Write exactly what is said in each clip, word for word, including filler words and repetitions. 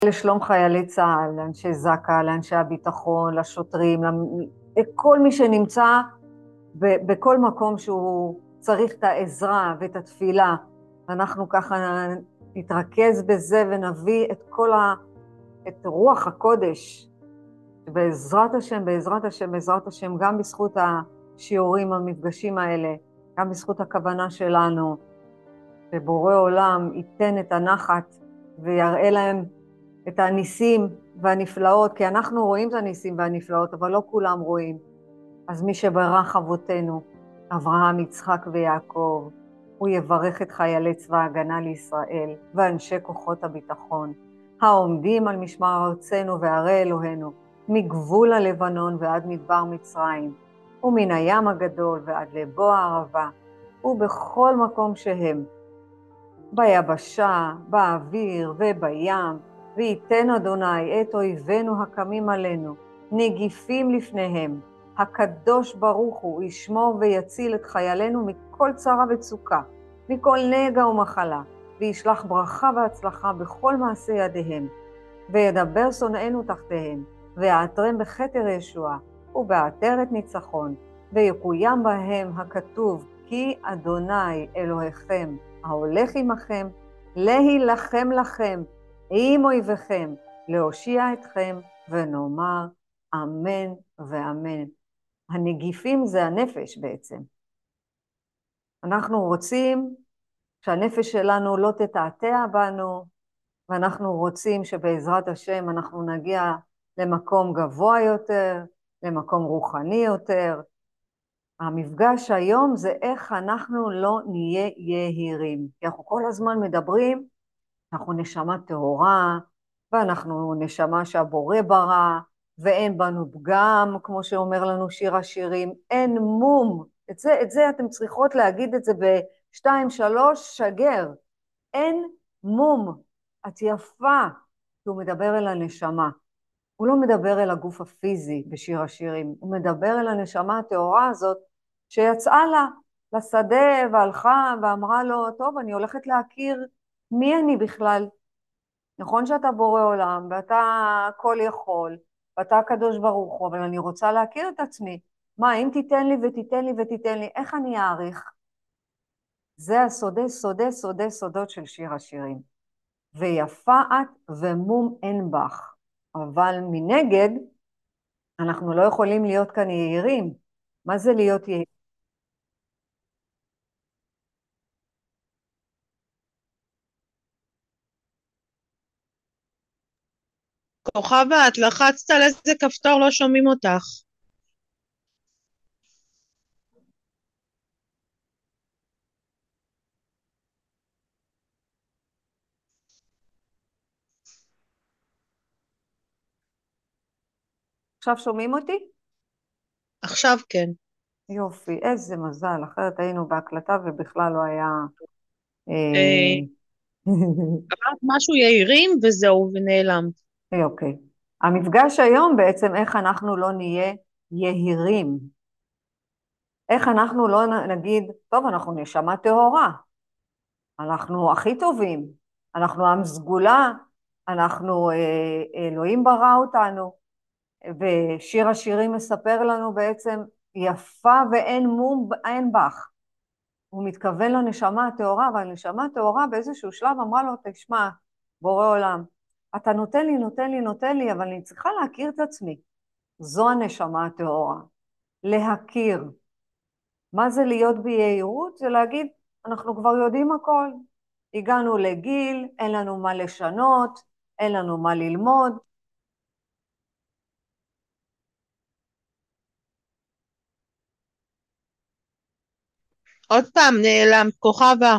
לשלום חיילי צה"ל, לאנשי זק"א, לאנשי הביטחון, לשוטרים, לכל מי שנמצא בכל מקום שהוא צריך את העזרה ואת התפילה. אנחנו ככה נתרכז בזה ונביא את כל ה... את רוח הקודש, בעזרת השם, בעזרת השם, בעזרת השם, גם בזכות השיעורים, המפגשים האלה, גם בזכות הכוונה שלנו, שבורא עולם ייתן את הנחת ויראה להם את הניסים והנפלאות, כי אנחנו רואים את הניסים והנפלאות, אבל לא כולם רואים. אז מי שברך אבותינו, אברהם, יצחק ויעקב, הוא יברך את חיילי צבא ההגנה לישראל ואנשי כוחות הביטחון, העומדים על משמר ארצנו וערי אלוהינו, מגבול הלבנון ועד מדבר מצרים, ומן הים הגדול ועד לבוא הערבה, ובכל מקום שהם, ביבשה, באוויר ובים, וייתן אדוני את אויבינו הקמים עלינו, נגיפים לפניהם. הקדוש ברוך הוא ישמור ויציל את חיילינו מכל צרה וצוקה, מכל נגע ומחלה, וישלח ברכה והצלחה בכל מעשה ידיהם, וידבר שונאינו תחתיהם, ויעטרם בכתר ישועה, ובעטרת ניצחון, ויקוים בהם הכתוב, כי אדוני אלוהיכם ההולך עמכם, להילחם לכם עם אויביכם, להושיע אתכם, ונאמר אמן ואמן. הנגיפים זה הנפש בעצם. אנחנו רוצים שהנפש שלנו לא תתעתע בנו, ואנחנו רוצים שבעזרת השם אנחנו נגיע למקום גבוה יותר, למקום רוחני יותר. המפגש היום זה איך אנחנו לא נהיה יהירים. כי אנחנו כל הזמן מדברים, אנחנו נשמה טהורה, ואנחנו נשמה שהבורא ברא, ואין בנו פגם, כמו שאומר לנו שיר השירים, אין מום. את זה, את זה אתם צריכות להגיד את זה בשתיים, שלוש, שגר. אין מום. את יפה. כי הוא מדבר אל הנשמה. הוא לא מדבר אל הגוף הפיזי בשיר השירים, הוא מדבר אל הנשמה הטהורה הזאת, שיצאה לה לשדה והלכה ואמרה לו, טוב, אני הולכת להכיר מי אני בכלל. נכון שאתה בורא עולם, ואתה כל יכול, ואתה הקדוש ברוך הוא, אבל אני רוצה להכיר את עצמי. מה, אם תיתן לי ותיתן לי ותיתן לי, איך אני אעריך? זה הסודה, סודה, סודה, סודות של שיר השירים. ויפה את ומום אין בך. אבל מנגד, אנחנו לא יכולים להיות כאן יהירים. מה זה להיות יהיר? כוכבה, את לחצת על איזה כפתור, לא שומעים אותך. עכשיו שומעים אותי? עכשיו כן. יופי, איזה מזל, אחרת היינו בהקלטה ובכלל לא היה... אה, אה, אמרת משהו יהירים וזהו, ונעלם. אוקיי. המפגש היום בעצם איך אנחנו לא נהיה יהירים. איך אנחנו לא נגיד, טוב, אנחנו נשמה טהורה, אנחנו הכי טובים, אנחנו עם סגולה, אנחנו, אה, אלוהים ברא אותנו, ושיר השירים מספר לנו בעצם, יפה ואין מום אין בך. הוא מתכוון לנשמה הטהורה, אבל הנשמה הטהורה באיזשהו שלב אמרה לו, תשמע, בורא עולם, אתה נותן לי, נותן לי, נותן לי, אבל אני צריכה להכיר את עצמי. זו הנשמה הטהורה. להכיר. מה זה להיות ביהירות? זה להגיד, אנחנו כבר יודעים הכל. הגענו לגיל, אין לנו מה לשנות, אין לנו מה ללמוד. עוד פעם נעלמת, כוכבה.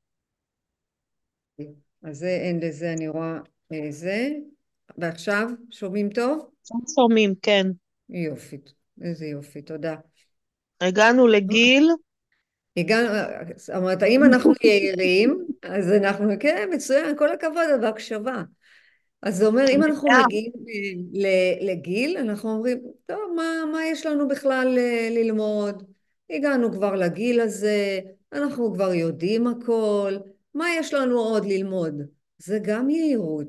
אז זה, אין לזה, אני רואה אה, זה. ועכשיו, שומעים טוב? שומעים, כן. יופי, איזה יופי, תודה. הגענו לגיל. הגענו, זאת אומרת, האם אנחנו יעירים, אז אנחנו, כן, מצוין, כל הכבוד, בהקשבה. אז זה אומר, אם אנחנו אה, מגיעים אה, ל- לגיל, אנחנו אומרים, טוב, מה, מה יש לנו בכלל אה, ללמוד? הגענו כבר לגיל הזה, אנחנו כבר יודעים הכל, מה יש לנו עוד ללמוד? זה גם יהירות.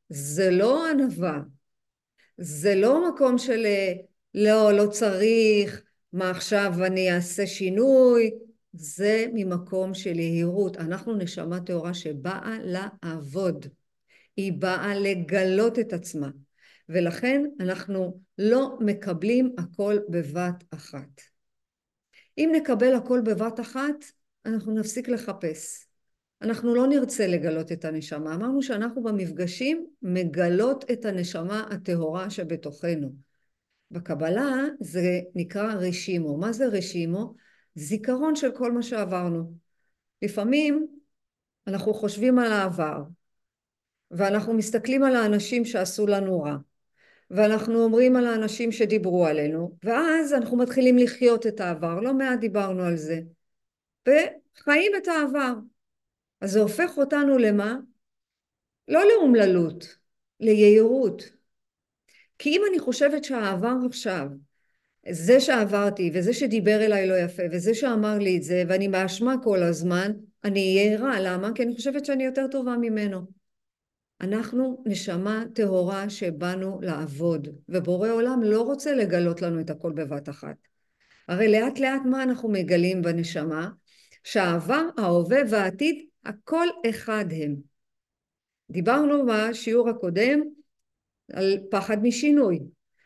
זה לא ענווה, זה לא מקום של לא, לא צריך, מה עכשיו אני אעשה שינוי, זה ממקום של יהירות. אנחנו נשמה טהורה שבאה לעבוד, היא באה לגלות את עצמה, ולכן אנחנו לא מקבלים הכל בבת אחת. אם נקבל הכל בבת אחת, אנחנו נפסיק לחפש. אנחנו לא נרצה לגלות את הנשמה. אמרנו שאנחנו במפגשים מגלות את הנשמה הטהורה שבתוכנו. בקבלה זה נקרא רשימו. מה זה רשימו? זיכרון של כל מה שעברנו. לפעמים אנחנו חושבים על העבר, ואנחנו מסתכלים על האנשים שעשו לנו רע, ואנחנו אומרים על האנשים שדיברו עלינו, ואז אנחנו מתחילים לחיות את העבר. לא מעט דיברנו על זה. וחיים את העבר. אז זה הופך אותנו למה? לא לאומללות, ליהירות. כי אם אני חושבת שהעבר עכשיו, זה שעברתי, וזה שדיבר אליי לא יפה, וזה שאמר לי את זה, ואני באשמה כל הזמן, אני אהיה רע. למה? כי אני חושבת שאני יותר טובה ממנו. אנחנו נשמה טהורה שבאנו לעבוד, ובורא עולם לא רוצה לגלות לנו את הכל בבת אחת. הרי לאט לאט מה אנחנו מגלים בנשמה? שהעבר, ההווה והעתיד, הכל אחד הם. דיברנו בשיעור הקודם על פחד משינוי,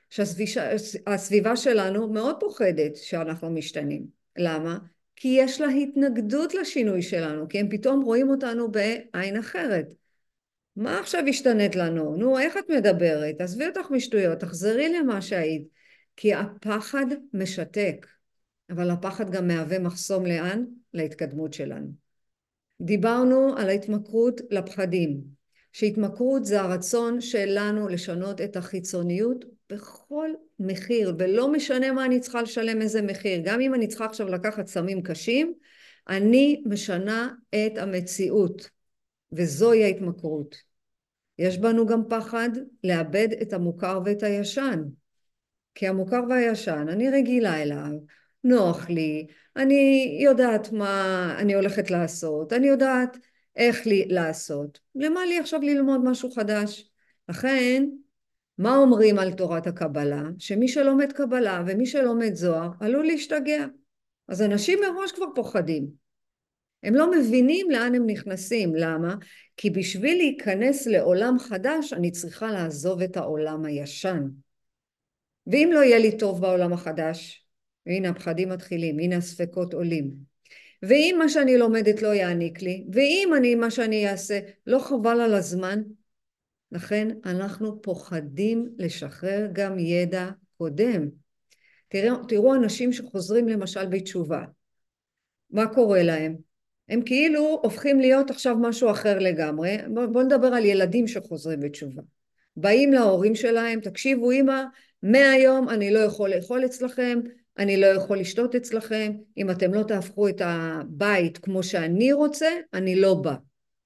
שהסביבה שלנו מאוד פוחדת שאנחנו משתנים. למה? כי יש לה התנגדות לשינוי שלנו, כי הם פתאום רואים אותנו בעין אחרת. מה עכשיו השתנית לנו? נו, איך את מדברת? עזבי אותך משטויות, תחזרי למה שהיית. כי הפחד משתק, אבל הפחד גם מהווה מחסום לאן? להתקדמות שלנו. דיברנו על ההתמכרות לפחדים, שהתמכרות זה הרצון שלנו לשנות את החיצוניות בכל מחיר, ולא משנה מה אני צריכה לשלם איזה מחיר. גם אם אני צריכה עכשיו לקחת סמים קשים, אני משנה את המציאות, וזוהי ההתמכרות. יש בנו גם פחד לאבד את המוכר ואת הישן, כי המוכר והישן, אני רגילה אליו, נוח לי, אני יודעת מה אני הולכת לעשות, אני יודעת איך לי לעשות. למה לי עכשיו ללמוד משהו חדש? לכן, מה אומרים על תורת הקבלה? שמי שלומד קבלה ומי שלומד זוהר עלול להשתגע. אז אנשים מראש כבר פוחדים. הם לא מבינים לאן הם נכנסים. למה? כי בשביל להיכנס לעולם חדש, אני צריכה לעזוב את העולם הישן. ואם לא יהיה לי טוב בעולם החדש, והנה הפחדים מתחילים, הנה הספקות עולים. ואם מה שאני לומדת לא יעניק לי, ואם אני, מה שאני אעשה, לא חבל על הזמן, לכן אנחנו פוחדים לשחרר גם ידע קודם. תראו, תראו אנשים שחוזרים למשל בתשובה. מה קורה להם? הם כאילו הופכים להיות עכשיו משהו אחר לגמרי. בואו נדבר על ילדים שחוזרים בתשובה. באים להורים שלהם, תקשיבו אמא, מהיום אני לא יכול לאכול אצלכם, אני לא יכול לשתות אצלכם, אם אתם לא תהפכו את הבית כמו שאני רוצה, אני לא בא.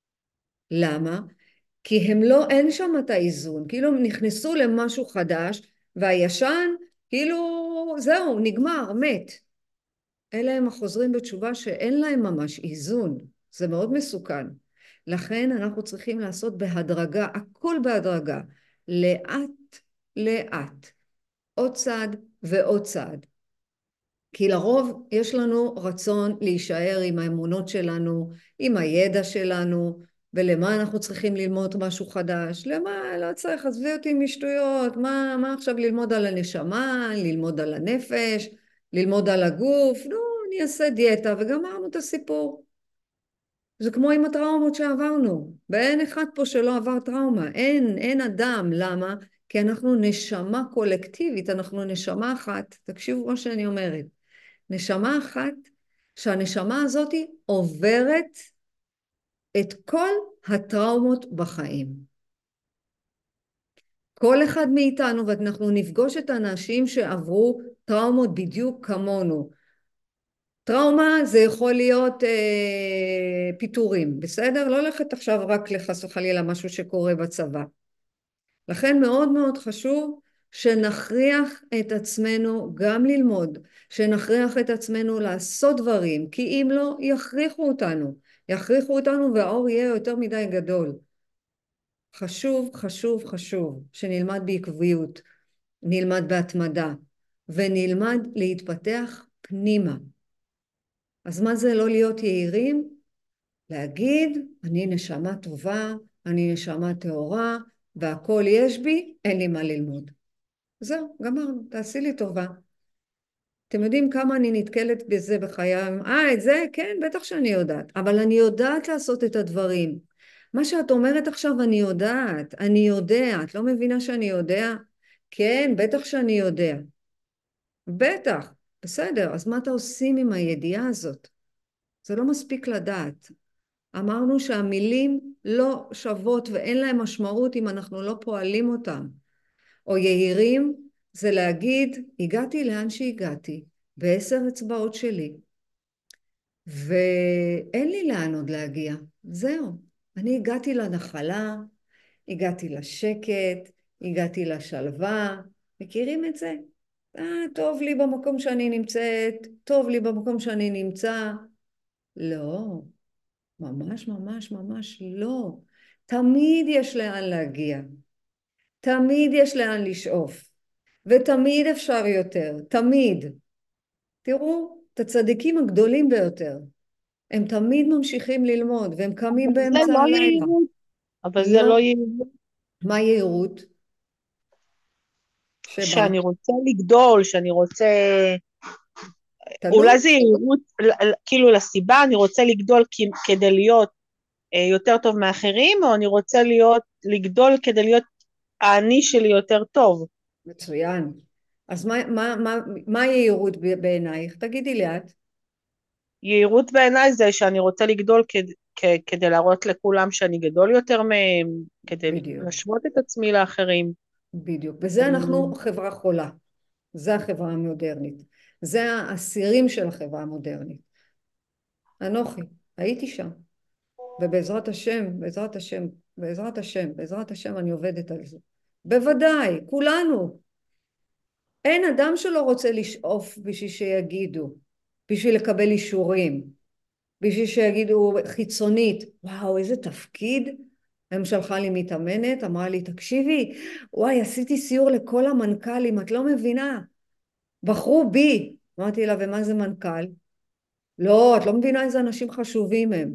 למה? כי הם לא, אין שם את האיזון, כאילו הם נכנסו למשהו חדש, והישן כאילו זהו, נגמר, מת. אלה הם החוזרים בתשובה שאין להם ממש איזון, זה מאוד מסוכן. לכן אנחנו צריכים לעשות בהדרגה, הכל בהדרגה, לאט לאט, עוד צעד ועוד צעד. כי לרוב יש לנו רצון להישאר עם האמונות שלנו, עם הידע שלנו, ולמה אנחנו צריכים ללמוד משהו חדש? למה? לא צריך, עזבי אותי משטויות, מה, מה עכשיו ללמוד על הנשמה, ללמוד על הנפש, ללמוד על הגוף? נו, אני אעשה דיאטה וגמרנו את הסיפור. זה כמו עם הטראומות שעברנו. ואין אחד פה שלא עבר טראומה. אין, אין אדם. למה? כי אנחנו נשמה קולקטיבית, אנחנו נשמה אחת. תקשיבו מה שאני אומרת. נשמה אחת, שהנשמה הזאת עוברת את כל הטראומות בחיים. כל אחד מאיתנו, ואנחנו נפגוש את האנשים שעברו טראומות בדיוק כמונו. טראומה זה יכול להיות אה, פיטורים, בסדר? לא הולכת עכשיו רק לחס וחלילה משהו שקורה בצבא. לכן מאוד מאוד חשוב שנכריח את עצמנו גם ללמוד, שנכריח את עצמנו לעשות דברים, כי אם לא, יכריחו אותנו. יכריחו אותנו והאור יהיה יותר מדי גדול. חשוב, חשוב, חשוב שנלמד בעקביות, נלמד בהתמדה, ונלמד להתפתח פנימה. אז מה זה לא להיות יהירים? להגיד, אני נשמה טובה, אני נשמה טהורה, והכל יש בי, אין לי מה ללמוד. זהו, גמרנו, תעשי לי טובה. אתם יודעים כמה אני נתקלת בזה בחיי? אה, את זה? כן, בטח שאני יודעת. אבל אני יודעת לעשות את הדברים. מה שאת אומרת עכשיו אני יודעת, אני יודע. את לא מבינה שאני יודע? כן, בטח שאני יודע. בטח. בסדר, אז מה אתה עושים עם הידיעה הזאת? זה לא מספיק לדעת. אמרנו שהמילים לא שוות ואין להם משמעות אם אנחנו לא פועלים אותם. או יהירים זה להגיד, הגעתי לאן שהגעתי, בעשר אצבעות שלי, ואין לי לאן עוד להגיע. זהו. אני הגעתי לנחלה, הגעתי לשקט, הגעתי לשלווה. מכירים את זה? אה, טוב לי במקום שאני נמצאת, טוב לי במקום שאני נמצא. לא. ממש ממש ממש לא. תמיד יש לאן להגיע. תמיד יש לאן לשאוף. ותמיד אפשר יותר. תמיד. תראו, את הצדיקים הגדולים ביותר. הם תמיד ממשיכים ללמוד, והם אבל קמים זה באמצע לא הלילה. יהירות. אבל זה לא. לא יהירות. מה יהירות? שבה? שאני רוצה לגדול, שאני רוצה... תלוי. אולי זה יהירות, ל- ל- כאילו לסיבה, אני רוצה לגדול כי- כדי להיות אה, יותר טוב מאחרים, או אני רוצה להיות, לגדול כדי להיות האני שלי יותר טוב. מצוין. אז מה, מה, מה, מה יהירות ב- בעינייך? תגידי לי את. יהירות בעיניי זה שאני רוצה לגדול כד, כ, כדי להראות לכולם שאני גדול יותר מהם, כדי בדיוק. להשוות את עצמי לאחרים. בדיוק. בזה אנחנו חברה חולה. זה החברה המודרנית. זה האסירים של החברה המודרנית. אנוכי, הייתי שם. ובעזרת השם, בעזרת השם, בעזרת השם, בעזרת השם אני עובדת על זה. בוודאי, כולנו. אין אדם שלא רוצה לשאוף בשביל שיגידו, בשביל לקבל אישורים, בשביל שיגידו חיצונית, וואו, איזה תפקיד. הם שלחה לי מתאמנת, אמרה לי, תקשיבי, וואי, עשיתי סיור לכל המנכ"לים, את לא מבינה. בחרו בי. אמרתי לה, ומה זה מנכ"ל? לא, את לא מבינה איזה אנשים חשובים הם.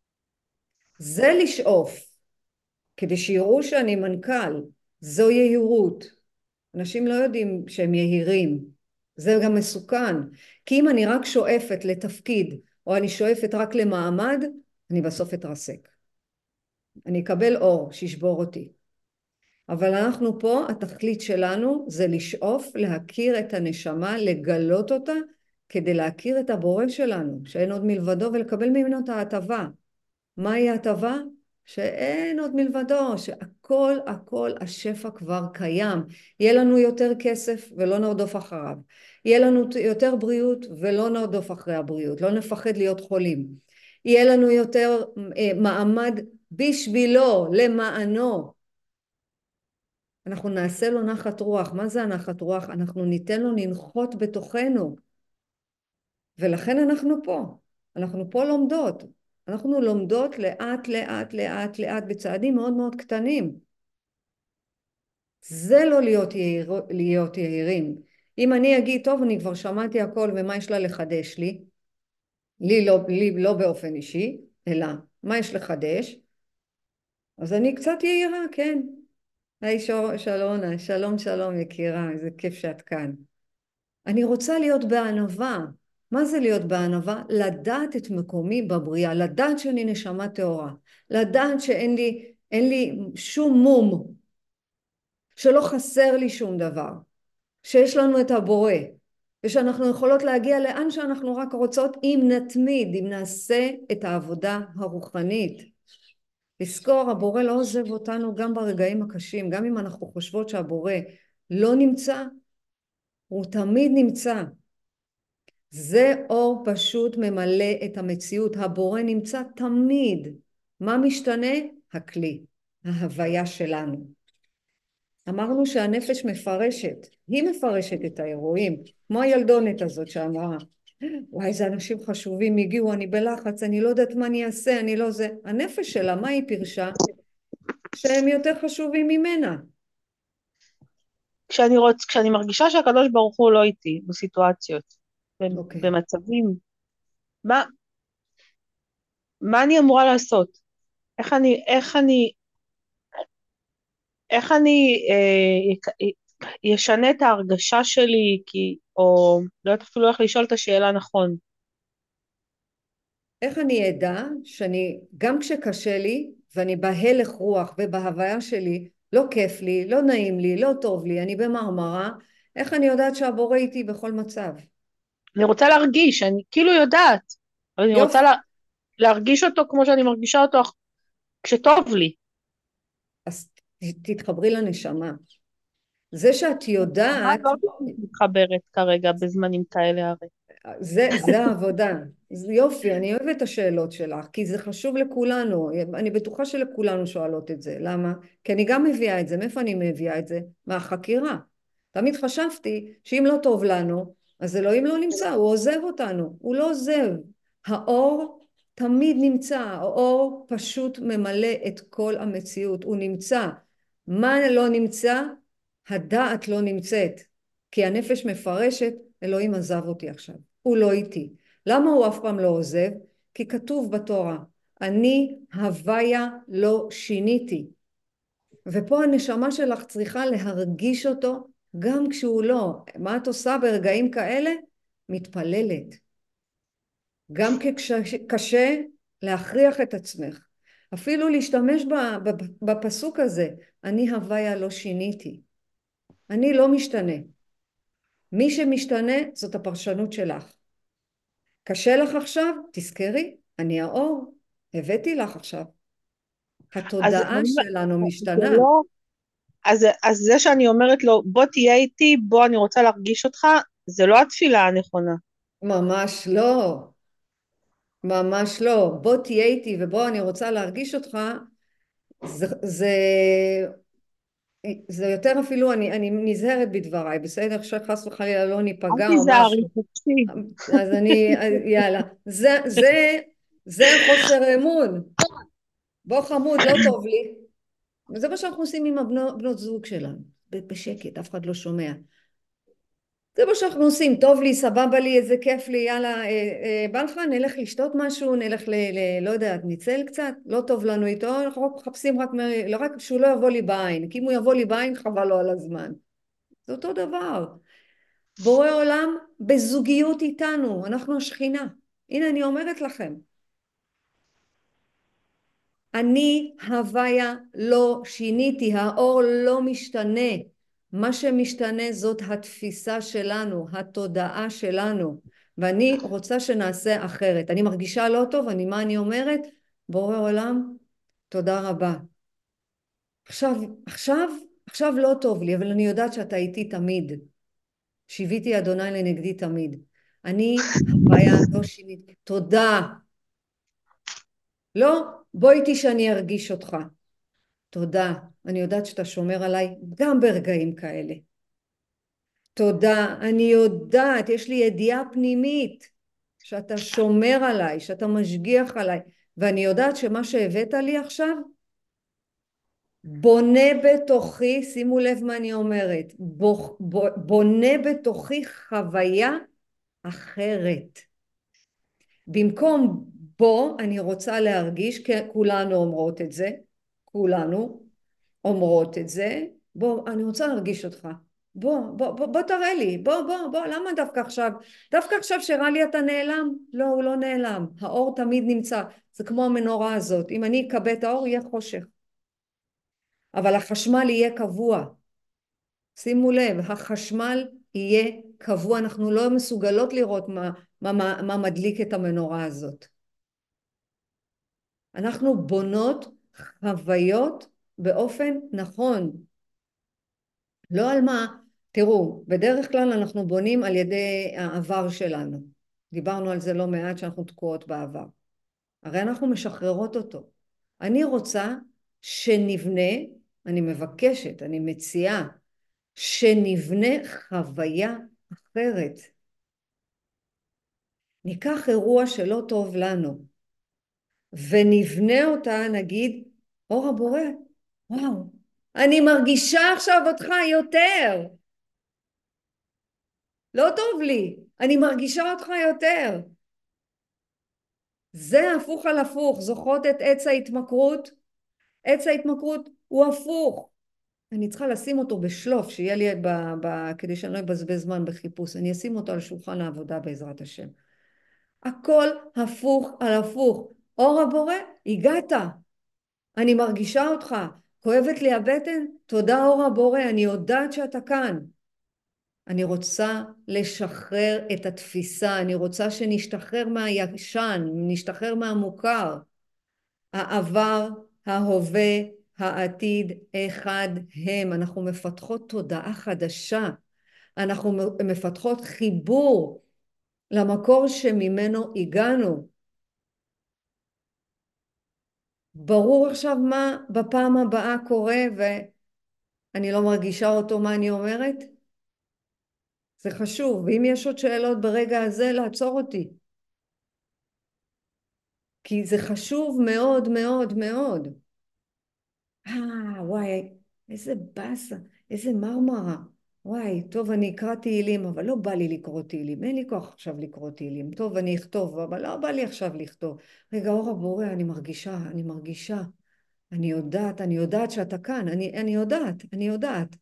זה לשאוף, כדי שיראו שאני מנכ"ל. זו יהירות. אנשים לא יודעים שהם יהירים. זה גם מסוכן. כי אם אני רק שואפת לתפקיד, או אני שואפת רק למעמד, אני בסוף אתרסק. אני אקבל אור שישבור אותי. אבל אנחנו פה, התכלית שלנו זה לשאוף, להכיר את הנשמה, לגלות אותה, כדי להכיר את הבורא שלנו, שאין עוד מלבדו, ולקבל ממנו את ההטבה. מהי ההטבה? שאין עוד מלבדו, שהכל הכל השפע כבר קיים. יהיה לנו יותר כסף ולא נרדוף אחריו. יהיה לנו יותר בריאות ולא נרדוף אחרי הבריאות. לא נפחד להיות חולים. יהיה לנו יותר מעמד בשבילו, למענו. אנחנו נעשה לו נחת רוח. מה זה הנחת רוח? אנחנו ניתן לו לנחות בתוכנו. ולכן אנחנו פה. אנחנו פה לומדות. אנחנו לומדות לאט לאט לאט לאט בצעדים מאוד מאוד קטנים. זה לא להיות, יהיר, להיות יהירים. אם אני אגיד, טוב, אני כבר שמעתי הכל ומה יש לה לחדש לי? לי לא, לי לא באופן אישי, אלא מה יש לחדש? אז אני קצת יהירה, כן. היי שלונה, שלום שלום יקירה, איזה כיף שאת כאן. אני רוצה להיות בענווה. מה זה להיות בענווה? לדעת את מקומי בבריאה, לדעת שאני נשמה טהורה, לדעת שאין לי, אין לי שום מום, שלא חסר לי שום דבר, שיש לנו את הבורא, ושאנחנו יכולות להגיע לאן שאנחנו רק רוצות אם נתמיד, אם נעשה את העבודה הרוחנית. לזכור, הבורא לא עוזב אותנו גם ברגעים הקשים, גם אם אנחנו חושבות שהבורא לא נמצא, הוא תמיד נמצא. זה אור פשוט ממלא את המציאות. הבורא נמצא תמיד. מה משתנה? הכלי, ההוויה שלנו. אמרנו שהנפש מפרשת, היא מפרשת את האירועים, כמו הילדונת הזאת שאמרה, וואי, איזה אנשים חשובים הגיעו, אני בלחץ, אני לא יודעת מה אני אעשה, אני לא זה. הנפש שלה, מה היא פירשה? שהם יותר חשובים ממנה. כשאני רוצ, כשאני מרגישה שהקדוש ברוך הוא לא איתי בסיטואציות, אוקיי. במצבים, מה, מה אני אמורה לעשות? איך אני, איך אני, איך אני אה, יק- ישנה את ההרגשה שלי, כי, או לא יודעת אפילו איך לשאול את השאלה נכון. איך אני אדע שאני, גם כשקשה לי, ואני בהלך רוח ובהוויה שלי, לא כיף לי, לא נעים לי, לא טוב לי, אני במרמרה, איך אני יודעת שהבורא איתי בכל מצב? אני רוצה להרגיש, אני כאילו יודעת, אבל אני רוצה יופי. לה, להרגיש אותו כמו שאני מרגישה אותו כשטוב לי. אז תתחברי לנשמה. זה שאת מה יודעת, לא בדיוק מתחברת כרגע בזמנים כאלה הרי. זה, זה העבודה. זה יופי, אני אוהבת את השאלות שלך, כי זה חשוב לכולנו. אני בטוחה שלכולנו שואלות את זה. למה? כי אני גם מביאה את זה. מאיפה אני מביאה את זה? מהחקירה. תמיד חשבתי שאם לא טוב לנו, אז אלוהים לא נמצא, הוא עוזב אותנו. הוא לא עוזב. האור תמיד נמצא. האור פשוט ממלא את כל המציאות. הוא נמצא. מה לא נמצא? הדעת לא נמצאת. כי הנפש מפרשת, אלוהים עזב אותי עכשיו. הוא לא איתי. למה הוא אף פעם לא עוזב? כי כתוב בתורה, אני הוויה לא שיניתי. ופה הנשמה שלך צריכה להרגיש אותו גם כשהוא לא. מה את עושה ברגעים כאלה? מתפללת. גם כשקשה להכריח את עצמך. אפילו להשתמש בפסוק הזה, אני הוויה לא שיניתי. אני לא משתנה. מי שמשתנה זאת הפרשנות שלך. קשה לך עכשיו? תזכרי, אני האור, הבאתי לך עכשיו. אז, התודעה שלנו זה משתנה. לא, אז, אז זה שאני אומרת לו, בוא תהיה איתי, בוא אני רוצה להרגיש אותך, זה לא התפילה הנכונה. ממש לא, ממש לא. בוא תהיה איתי ובוא אני רוצה להרגיש אותך, זה, זה, זה יותר אפילו, אני, אני נזהרת בדבריי, בסדר? שחס וחלילה לא אל ניפגע או תיזהרי, משהו. תקשיב. אז אני, יאללה. זה, זה, זה חוסר אמון. בוא חמוד, לא טוב לי. וזה מה שאנחנו עושים עם הבנות בנות זוג שלנו, בשקט, אף אחד לא שומע. זה מה שאנחנו עושים, טוב לי, סבבה לי, איזה כיף לי, יאללה, אה, אה, בא לך, נלך לשתות משהו, נלך ל... ל לא יודעת, ניצל קצת, לא טוב לנו איתו, אנחנו רק מחפשים רק, מ... לא רק שהוא לא יבוא לי בעין, כי אם הוא יבוא לי בעין, חבל לו על הזמן. זה אותו דבר. בורא עולם בזוגיות איתנו, אנחנו השכינה. הנה אני אומרת לכם, אני הוויה לא שיניתי, האור לא משתנה. מה שמשתנה זאת התפיסה שלנו, התודעה שלנו. ואני רוצה שנעשה אחרת. אני מרגישה לא טוב, אני מה אני אומרת? בורא עולם, תודה רבה. עכשיו, עכשיו, עכשיו לא טוב לי, אבל אני יודעת שאתה איתי תמיד. שיוויתי אדוני לנגדי תמיד. אני הוויה לא שיניתי. תודה. לא, בוא איתי שאני ארגיש אותך. תודה, אני יודעת שאתה שומר עליי גם ברגעים כאלה. תודה, אני יודעת, יש לי ידיעה פנימית שאתה שומר עליי, שאתה משגיח עליי, ואני יודעת שמה שהבאת לי עכשיו בונה בתוכי, שימו לב מה אני אומרת, בונה בתוכי חוויה אחרת. במקום בו אני רוצה להרגיש, כי כולנו אומרות את זה, כולנו, אומרות את זה, בוא, אני רוצה להרגיש אותך, בוא, בוא, בוא, בוא תראה לי, בוא, בוא, בוא, למה דווקא עכשיו, דווקא עכשיו שראה לי אתה נעלם? לא, הוא לא נעלם, האור תמיד נמצא, זה כמו המנורה הזאת, אם אני אכבה את האור יהיה חושך, אבל החשמל יהיה קבוע, שימו לב, החשמל יהיה קבוע, אנחנו לא מסוגלות לראות מה, מה, מה, מה מדליק את המנורה הזאת. אנחנו בונות חוויות באופן נכון, לא על מה, תראו, בדרך כלל אנחנו בונים על ידי העבר שלנו. דיברנו על זה לא מעט שאנחנו תקועות בעבר. הרי אנחנו משחררות אותו. אני רוצה שנבנה, אני מבקשת, אני מציעה, שנבנה חוויה אחרת. ניקח אירוע שלא טוב לנו, ונבנה אותה, נגיד, אור הבורא, וואו, אני מרגישה עכשיו אותך יותר. לא טוב לי, אני מרגישה אותך יותר. זה הפוך על הפוך, זוכרות את עץ ההתמכרות? עץ ההתמכרות הוא הפוך. אני צריכה לשים אותו בשלוף, שיהיה לי ב, ב, כדי שאני לא אבזבז זמן בחיפוש. אני אשים אותו על שולחן העבודה בעזרת השם. הכל הפוך על הפוך. אור הבורא, הגעת. אני מרגישה אותך. כואבת לי הבטן? תודה אור הבורא, אני יודעת שאתה כאן. אני רוצה לשחרר את התפיסה, אני רוצה שנשתחרר מהישן, נשתחרר מהמוכר. העבר, ההווה, העתיד, אחד הם. אנחנו מפתחות תודעה חדשה. אנחנו מפתחות חיבור למקור שממנו הגענו. ברור עכשיו מה בפעם הבאה קורה ואני לא מרגישה אותו מה אני אומרת? זה חשוב, ואם יש עוד שאלות ברגע הזה, לעצור אותי. כי זה חשוב מאוד מאוד מאוד. אה, וואי, איזה באסה, איזה מרמרה. וואי, טוב, אני אקרא תהילים, אבל לא בא לי לקרוא תהילים. אין לי כוח עכשיו לקרוא תהילים. טוב, אני אכתוב, אבל לא בא לי עכשיו לכתוב. רגע, אור הבורא, אני מרגישה, אני מרגישה. אני יודעת, אני יודעת שאתה כאן. אני, אני יודעת, אני יודעת.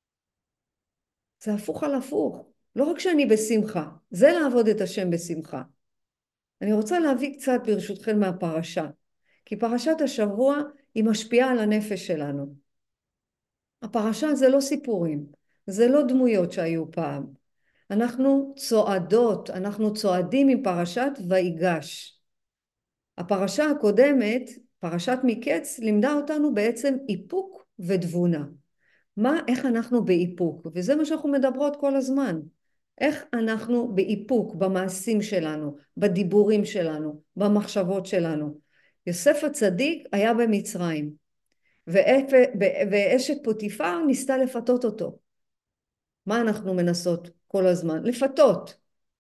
זה הפוך על הפוך. לא רק שאני בשמחה, זה לעבוד את השם בשמחה. אני רוצה להביא קצת ברשותכם מהפרשה, כי פרשת השבוע היא משפיעה על הנפש שלנו. הפרשה זה לא סיפורים, זה לא דמויות שהיו פעם. אנחנו צועדות, אנחנו צועדים עם פרשת ויגש. הפרשה הקודמת, פרשת מקץ, לימדה אותנו בעצם איפוק ותבונה. מה, איך אנחנו באיפוק, וזה מה שאנחנו מדברות כל הזמן. איך אנחנו באיפוק במעשים שלנו, בדיבורים שלנו, במחשבות שלנו. יוסף הצדיק היה במצרים, ואשת פוטיפר ניסתה לפתות אותו. מה אנחנו מנסות כל הזמן? לפתות.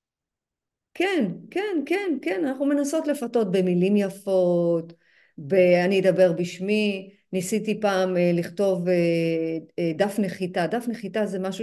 כן, כן, כן, כן, אנחנו מנסות לפתות במילים יפות, ב... אני אדבר בשמי, ניסיתי פעם אה, לכתוב אה, אה, דף נחיתה, דף נחיתה זה משהו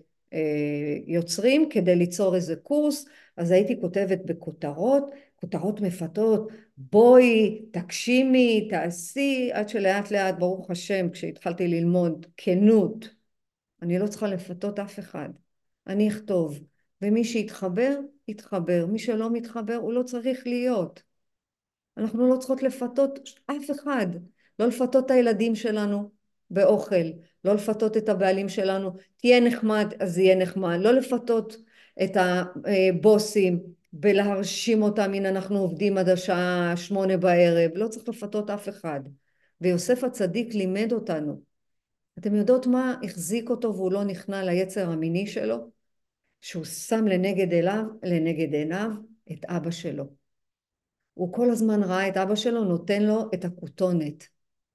שיוצרים כדי ליצור איזה קורס, אז הייתי כותבת בכותרות, כותרות מפתות, בואי, תגשימי, תעשי, עד שלאט לאט, ברוך השם, כשהתחלתי ללמוד כנות, אני לא צריכה לפתות אף אחד, אני אכתוב, ומי שיתחבר, יתחבר, מי שלא מתחבר, הוא לא צריך להיות. אנחנו לא צריכות לפתות אף אחד, לא לפתות את הילדים שלנו באוכל, לא לפתות את הבעלים שלנו, תהיה נחמד אז יהיה נחמד, לא לפתות את הבוסים ולהרשים אותם, הנה אנחנו עובדים עד השעה שמונה בערב, לא צריך לפתות אף אחד. ויוסף הצדיק לימד אותנו, אתם יודעות מה החזיק אותו והוא לא נכנע ליצר המיני שלו? שהוא שם לנגד אליו, לנגד עיניו את אבא שלו. הוא כל הזמן ראה את אבא שלו, נותן לו את הכותונת.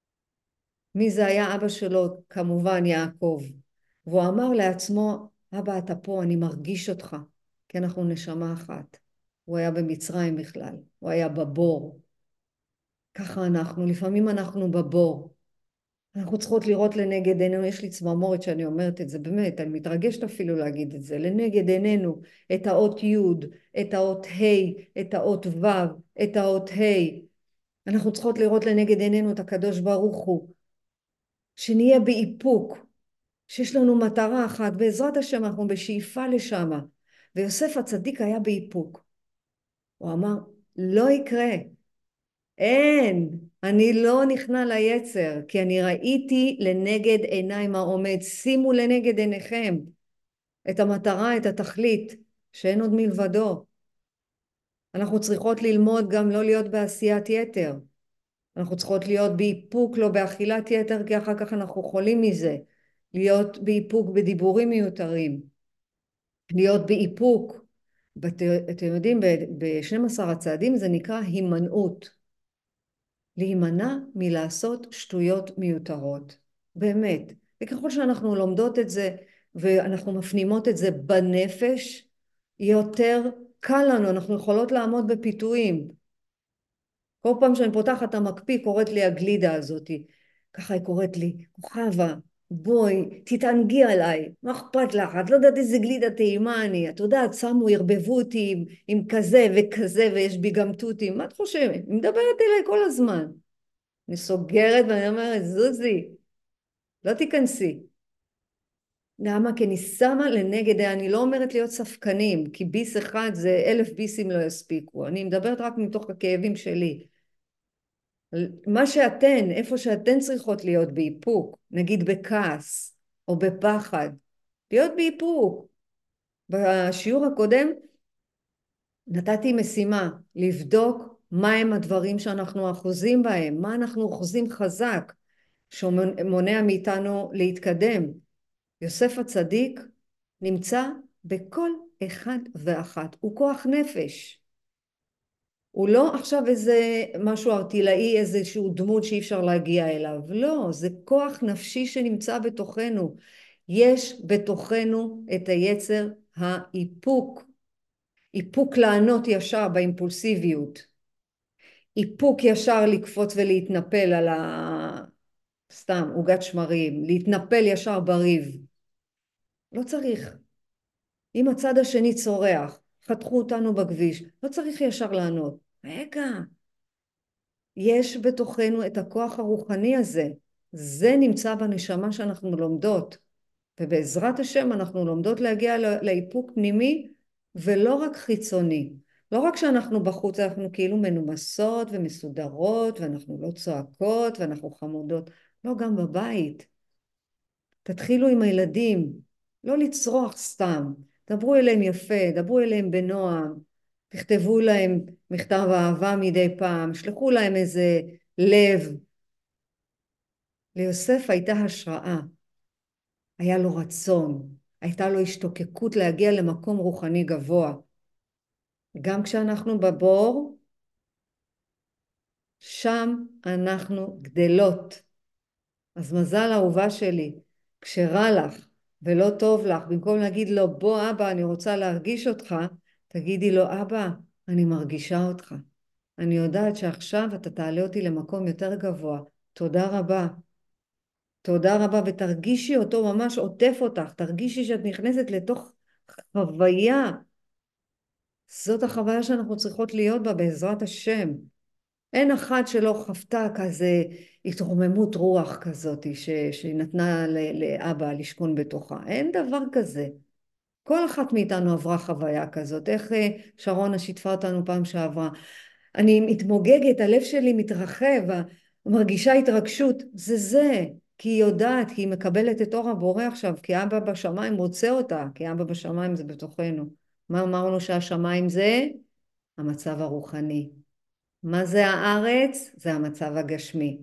מי זה היה אבא שלו? כמובן יעקב. והוא אמר לעצמו, אבא אתה פה, אני מרגיש אותך, כי אנחנו נשמה אחת. הוא היה במצרים בכלל, הוא היה בבור. ככה אנחנו, לפעמים אנחנו בבור. אנחנו צריכות לראות לנגד עינינו, יש לי צמרמורת שאני אומרת את זה, באמת, אני מתרגשת אפילו להגיד את זה, לנגד עינינו את האות י', את האות ה', את האות ו', את האות ה'. אנחנו צריכות לראות לנגד עינינו את הקדוש ברוך הוא, שנהיה באיפוק, שיש לנו מטרה אחת, בעזרת השם אנחנו בשאיפה לשם. ויוסף הצדיק היה באיפוק. הוא אמר, לא יקרה, אין, אני לא נכנע ליצר, כי אני ראיתי לנגד עיניי מה עומד. שימו לנגד עיניכם את המטרה, את התכלית, שאין עוד מלבדו. אנחנו צריכות ללמוד גם לא להיות בעשיית יתר. אנחנו צריכות להיות באיפוק, לא באכילת יתר, כי אחר כך אנחנו חולים מזה. להיות באיפוק בדיבורים מיותרים. להיות באיפוק. בת... אתם יודעים, ב-שנים עשר הצעדים זה נקרא הימנעות. להימנע מלעשות שטויות מיותרות. באמת. וככל שאנחנו לומדות את זה, ואנחנו מפנימות את זה בנפש, יותר קל לנו, אנחנו יכולות לעמוד בפיתויים. כל פעם שאני פותחת את המקפיא, קוראת לי הגלידה הזאת. ככה היא קוראת לי, כוכבה, בואי, תתענגי עליי, מה אכפת לך? את לא יודעת איזה גלידה טעימה אני, את יודעת, שמו, ערבבו אותי עם, עם כזה וכזה, ויש בי גם תותים, מה את חושבת? היא מדברת אליי כל הזמן. אני סוגרת ואני אומרת, זוזי, לא תיכנסי. למה? כי אני שמה לנגד, אני לא אומרת להיות ספקנים, כי ביס אחד זה אלף ביסים לא יספיקו, אני מדברת רק מתוך הכאבים שלי. מה שאתן, איפה שאתן צריכות להיות באיפוק, נגיד בכעס או בפחד, להיות באיפוק. בשיעור הקודם נתתי משימה לבדוק מה הם הדברים שאנחנו אחוזים בהם, מה אנחנו אחוזים חזק, שמונע מאיתנו להתקדם. יוסף הצדיק נמצא בכל אחד ואחת, הוא כוח נפש. הוא לא עכשיו איזה משהו ארטילאי, איזשהו דמות שאי אפשר להגיע אליו. לא, זה כוח נפשי שנמצא בתוכנו. יש בתוכנו את היצר האיפוק. איפוק לענות ישר באימפולסיביות. איפוק ישר לקפוץ ולהתנפל על ה... סתם, עוגת שמרים. להתנפל ישר בריב. לא צריך. אם הצד השני צורח, חתכו אותנו בכביש, לא צריך ישר לענות. רגע. יש בתוכנו את הכוח הרוחני הזה. זה נמצא בנשמה שאנחנו לומדות. ובעזרת השם אנחנו לומדות להגיע לאיפוק פנימי ולא רק חיצוני. לא רק שאנחנו בחוץ, אנחנו כאילו מנומסות ומסודרות ואנחנו לא צועקות ואנחנו חמודות. לא, גם בבית. תתחילו עם הילדים. לא לצרוח סתם. דברו אליהם יפה, דברו אליהם בנועם. תכתבו להם מכתב אהבה מדי פעם, שלחו להם איזה לב. ליוסף הייתה השראה, היה לו רצון, הייתה לו השתוקקות להגיע למקום רוחני גבוה. גם כשאנחנו בבור, שם אנחנו גדלות. אז מזל אהובה שלי, כשרע לך ולא טוב לך, במקום להגיד לו, בוא אבא, אני רוצה להרגיש אותך, תגידי לו, אבא, אני מרגישה אותך. אני יודעת שעכשיו אתה תעלה אותי למקום יותר גבוה. תודה רבה. תודה רבה, ותרגישי אותו ממש עוטף אותך. תרגישי שאת נכנסת לתוך חוויה. זאת החוויה שאנחנו צריכות להיות בה בעזרת השם. אין אחת שלא חוותה כזה התרוממות רוח כזאת ש, שנתנה לאבא לשכון בתוכה. אין דבר כזה. כל אחת מאיתנו עברה חוויה כזאת. איך שרונה שיתפה אותנו פעם שעברה. אני מתמוגגת, הלב שלי מתרחב, מרגישה התרגשות. זה זה, כי היא יודעת, כי היא מקבלת את אור הבורא עכשיו, כי אבא בשמיים רוצה אותה, כי אבא בשמיים זה בתוכנו. מה אמרנו שהשמיים זה? המצב הרוחני. מה זה הארץ? זה המצב הגשמי.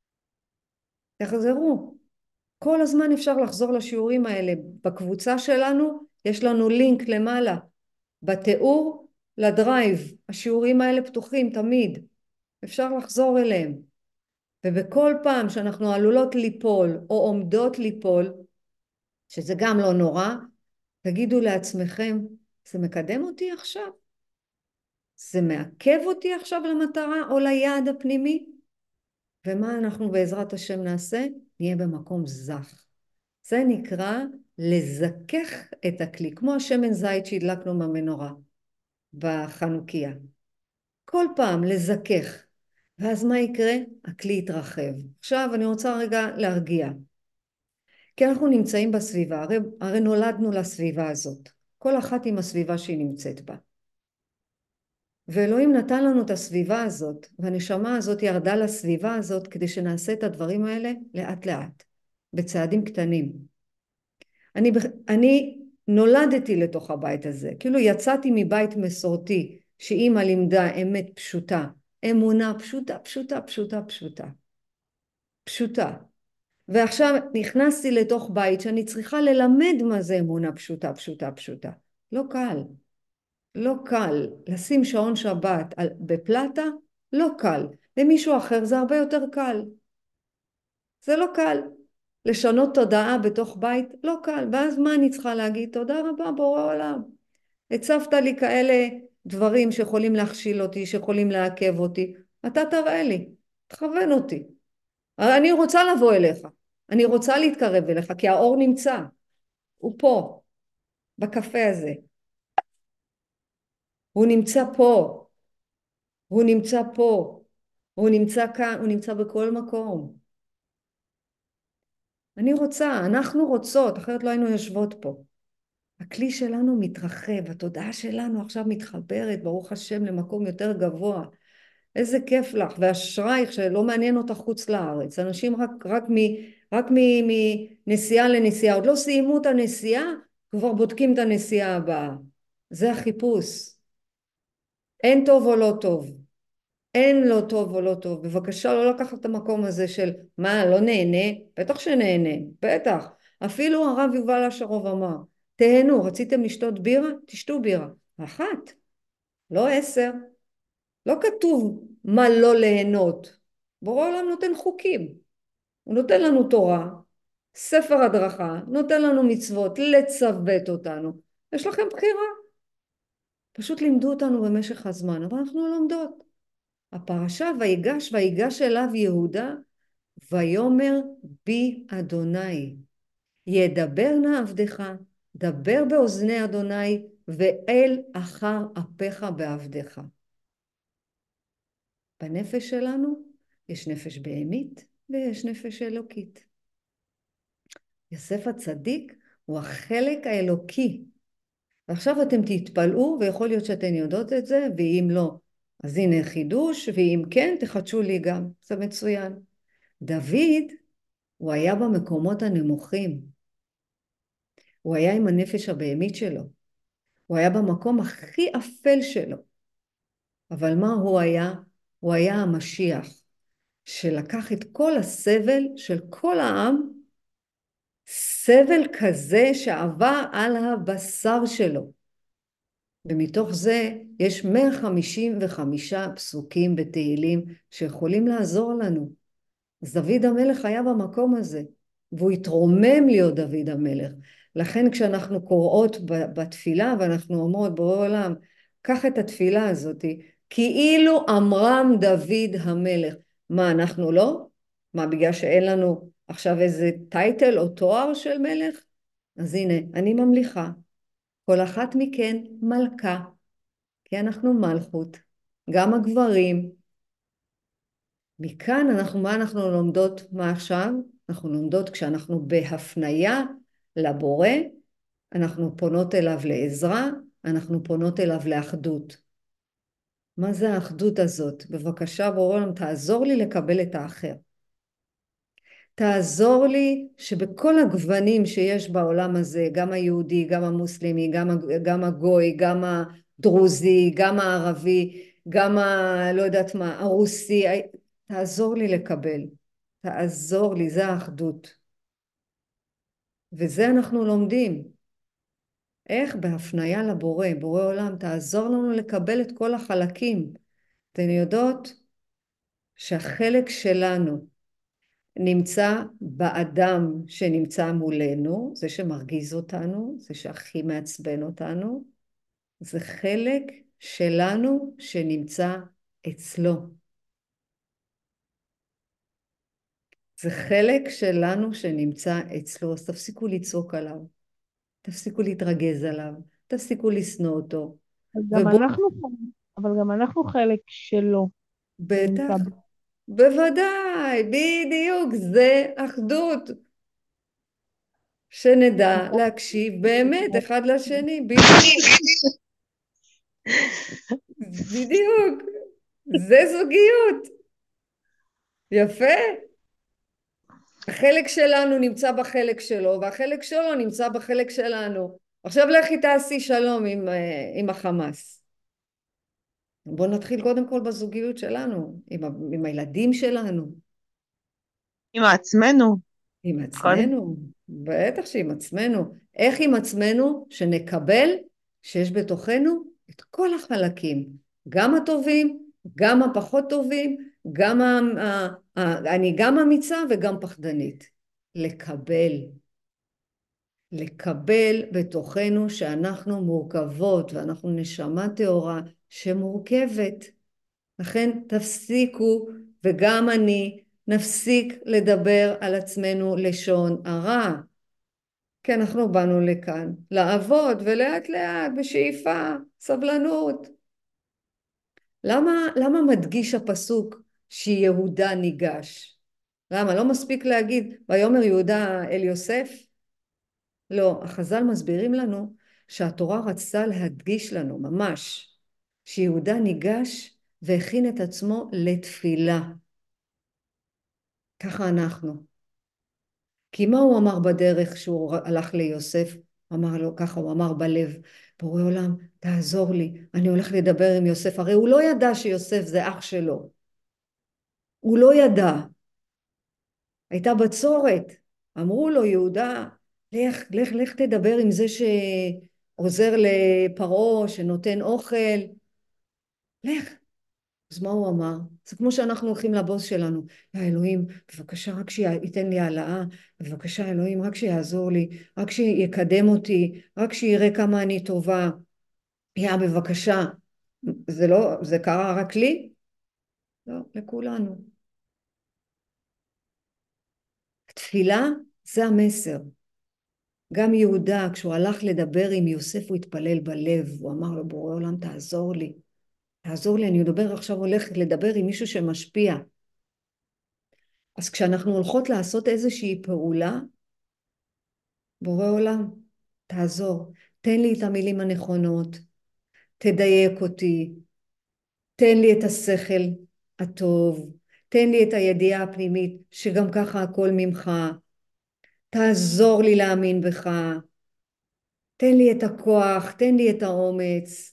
תחזרו. כל הזמן אפשר לחזור לשיעורים האלה. בקבוצה שלנו יש לנו לינק למעלה. בתיאור לדרייב. השיעורים האלה פתוחים תמיד. אפשר לחזור אליהם. ובכל פעם שאנחנו עלולות ליפול או עומדות ליפול, שזה גם לא נורא, תגידו לעצמכם, זה מקדם אותי עכשיו? זה מעכב אותי עכשיו למטרה או ליעד הפנימי? ומה אנחנו בעזרת השם נעשה? נהיה במקום זך. זה נקרא לזכך את הכלי, כמו השמן זית שהדלקנו מהמנורה בחנוכיה. כל פעם לזכך. ואז מה יקרה? הכלי יתרחב. עכשיו אני רוצה רגע להרגיע. כי אנחנו נמצאים בסביבה, הרי, הרי נולדנו לסביבה הזאת. כל אחת עם הסביבה שהיא נמצאת בה. ואלוהים נתן לנו את הסביבה הזאת, והנשמה הזאת ירדה לסביבה הזאת כדי שנעשה את הדברים האלה לאט לאט, בצעדים קטנים. אני, אני נולדתי לתוך הבית הזה, כאילו יצאתי מבית מסורתי, שאמא לימדה אמת פשוטה, אמונה פשוטה, פשוטה, פשוטה, פשוטה. פשוטה. ועכשיו נכנסתי לתוך בית שאני צריכה ללמד מה זה אמונה פשוטה, פשוטה, פשוטה. לא קל. לא קל. לשים שעון שבת על, בפלטה, לא קל. למישהו אחר זה הרבה יותר קל. זה לא קל. לשנות תודעה בתוך בית, לא קל. ואז מה אני צריכה להגיד? תודה רבה, בורא עולם. הצבת לי כאלה דברים שיכולים להכשיל אותי, שיכולים לעכב אותי. אתה תראה לי, תכוון אותי. אני רוצה לבוא אליך, אני רוצה להתקרב אליך, כי האור נמצא, הוא פה, בקפה הזה. הוא נמצא פה, הוא נמצא פה, הוא נמצא כאן, הוא נמצא בכל מקום. אני רוצה, אנחנו רוצות, אחרת לא היינו יושבות פה. הכלי שלנו מתרחב, התודעה שלנו עכשיו מתחברת, ברוך השם, למקום יותר גבוה. איזה כיף לך, ואשרייך שלא מעניין אותך חוץ לארץ. אנשים רק, רק, מ, רק מ, מנסיעה לנסיעה, עוד לא סיימו את הנסיעה, כבר בודקים את הנסיעה הבאה. זה החיפוש. אין טוב או לא טוב. אין לא טוב או לא טוב. בבקשה לא לקחת את המקום הזה של מה, לא נהנה? בטח שנהנה, בטח. אפילו הרב יובל אשרוב אמר, תהנו, רציתם לשתות בירה? תשתו בירה. אחת, לא עשר. לא כתוב מה לא ליהנות. בורא עולם נותן חוקים. הוא נותן לנו תורה, ספר הדרכה, נותן לנו מצוות, לצוות אותנו. יש לכם בחירה. פשוט לימדו אותנו במשך הזמן, אבל אנחנו לא לומדות. הפרשה ויגש ויגש אליו יהודה, ויאמר בי אדוני, ידבר נא עבדך, דבר באוזני אדוני, ואל אחר אפיך בעבדך. בנפש שלנו יש נפש בהמית ויש נפש אלוקית. יוסף הצדיק הוא החלק האלוקי. ועכשיו אתם תתפלאו, ויכול להיות שאתן יודעות את זה, ואם לא, אז הנה חידוש, ואם כן, תחדשו לי גם. זה מצוין. דוד, הוא היה במקומות הנמוכים. הוא היה עם הנפש הבהמית שלו. הוא היה במקום הכי אפל שלו. אבל מה הוא היה? הוא היה המשיח, שלקח את כל הסבל של כל העם, סבל כזה שעבר על הבשר שלו. ומתוך זה יש מאה חמישים וחמישה פסוקים בתהילים שיכולים לעזור לנו. אז דוד המלך היה במקום הזה, והוא התרומם להיות דוד המלך. לכן כשאנחנו קוראות בתפילה ואנחנו אומרות בורא עולם, קח את התפילה הזאת, כאילו אמרם דוד המלך. מה, אנחנו לא? מה, בגלל שאין לנו עכשיו איזה טייטל או תואר של מלך? אז הנה, אני ממליכה. כל אחת מכן מלכה, כי אנחנו מלכות, גם הגברים. מכאן אנחנו, מה אנחנו לומדות, מה עכשיו? אנחנו לומדות כשאנחנו בהפניה לבורא, אנחנו פונות אליו לעזרה, אנחנו פונות אליו לאחדות. מה זה האחדות הזאת? בבקשה בורא עולם, תעזור לי לקבל את האחר. תעזור לי שבכל הגוונים שיש בעולם הזה, גם היהודי, גם המוסלמי, גם, גם הגוי, גם הדרוזי, גם הערבי, גם ה... לא יודעת מה, הרוסי, תעזור לי לקבל. תעזור לי, זה האחדות. וזה אנחנו לומדים. איך? בהפניה לבורא, בורא עולם, תעזור לנו לקבל את כל החלקים. אתן יודעות שהחלק שלנו נמצא באדם שנמצא מולנו, זה שמרגיז אותנו, זה שהכי מעצבן אותנו, זה חלק שלנו שנמצא אצלו. זה חלק שלנו שנמצא אצלו, אז תפסיקו לצעוק עליו, תפסיקו להתרגז עליו, תפסיקו לשנוא אותו. גם ובוא, אנחנו, אבל גם אנחנו חלק שלו, בטח, שנמצא בו. בוודאי, בדיוק, זה אחדות. שנדע להקשיב באמת אחד לשני, בדיוק, בדיוק, זה זוגיות. יפה. החלק שלנו נמצא בחלק שלו, והחלק שלו נמצא בחלק שלנו. עכשיו לכי תעשי שלום עם, עם החמאס. בואו נתחיל קודם כל בזוגיות שלנו, עם, עם הילדים שלנו. עם עצמנו. עם קודם. עצמנו, בטח שעם עצמנו. איך עם עצמנו? שנקבל שיש בתוכנו את כל החלקים, גם הטובים, גם הפחות טובים, גם ה, ה, ה, אני גם אמיצה וגם פחדנית. לקבל. לקבל בתוכנו שאנחנו מורכבות ואנחנו נשמה טהורה שמורכבת. לכן תפסיקו, וגם אני, נפסיק לדבר על עצמנו לשון הרע. כי אנחנו באנו לכאן לעבוד, ולאט לאט בשאיפה, סבלנות. למה, למה מדגיש הפסוק שיהודה ניגש? למה? לא מספיק להגיד ויאמר יהודה אל יוסף? לא, החז"ל מסבירים לנו שהתורה רצתה להדגיש לנו ממש שיהודה ניגש והכין את עצמו לתפילה. ככה אנחנו. כי מה הוא אמר בדרך שהוא הלך ליוסף? אמר לו, ככה הוא אמר בלב, בורא עולם, תעזור לי, אני הולך לדבר עם יוסף. הרי הוא לא ידע שיוסף זה אח שלו. הוא לא ידע. הייתה בצורת. אמרו לו, יהודה, לך, לך, לך תדבר עם זה שעוזר לפרעה, שנותן אוכל. לך. אז מה הוא אמר? זה כמו שאנחנו הולכים לבוס שלנו. יא אלוהים, בבקשה רק שייתן לי העלאה, בבקשה אלוהים, רק שיעזור לי, רק שיקדם אותי, רק שיראה כמה אני טובה. יא, בבקשה. זה לא, זה קרה רק לי? לא, לכולנו. התפילה זה המסר. גם יהודה, כשהוא הלך לדבר עם יוסף, הוא התפלל בלב, הוא אמר לו, בורא עולם, תעזור לי. תעזור לי, אני מדבר עכשיו הולכת לדבר עם מישהו שמשפיע. אז כשאנחנו הולכות לעשות איזושהי פעולה, בורא עולם, תעזור, תן לי את המילים הנכונות, תדייק אותי, תן לי את השכל הטוב, תן לי את הידיעה הפנימית, שגם ככה הכל ממך, תעזור לי להאמין בך, תן לי את הכוח, תן לי את האומץ,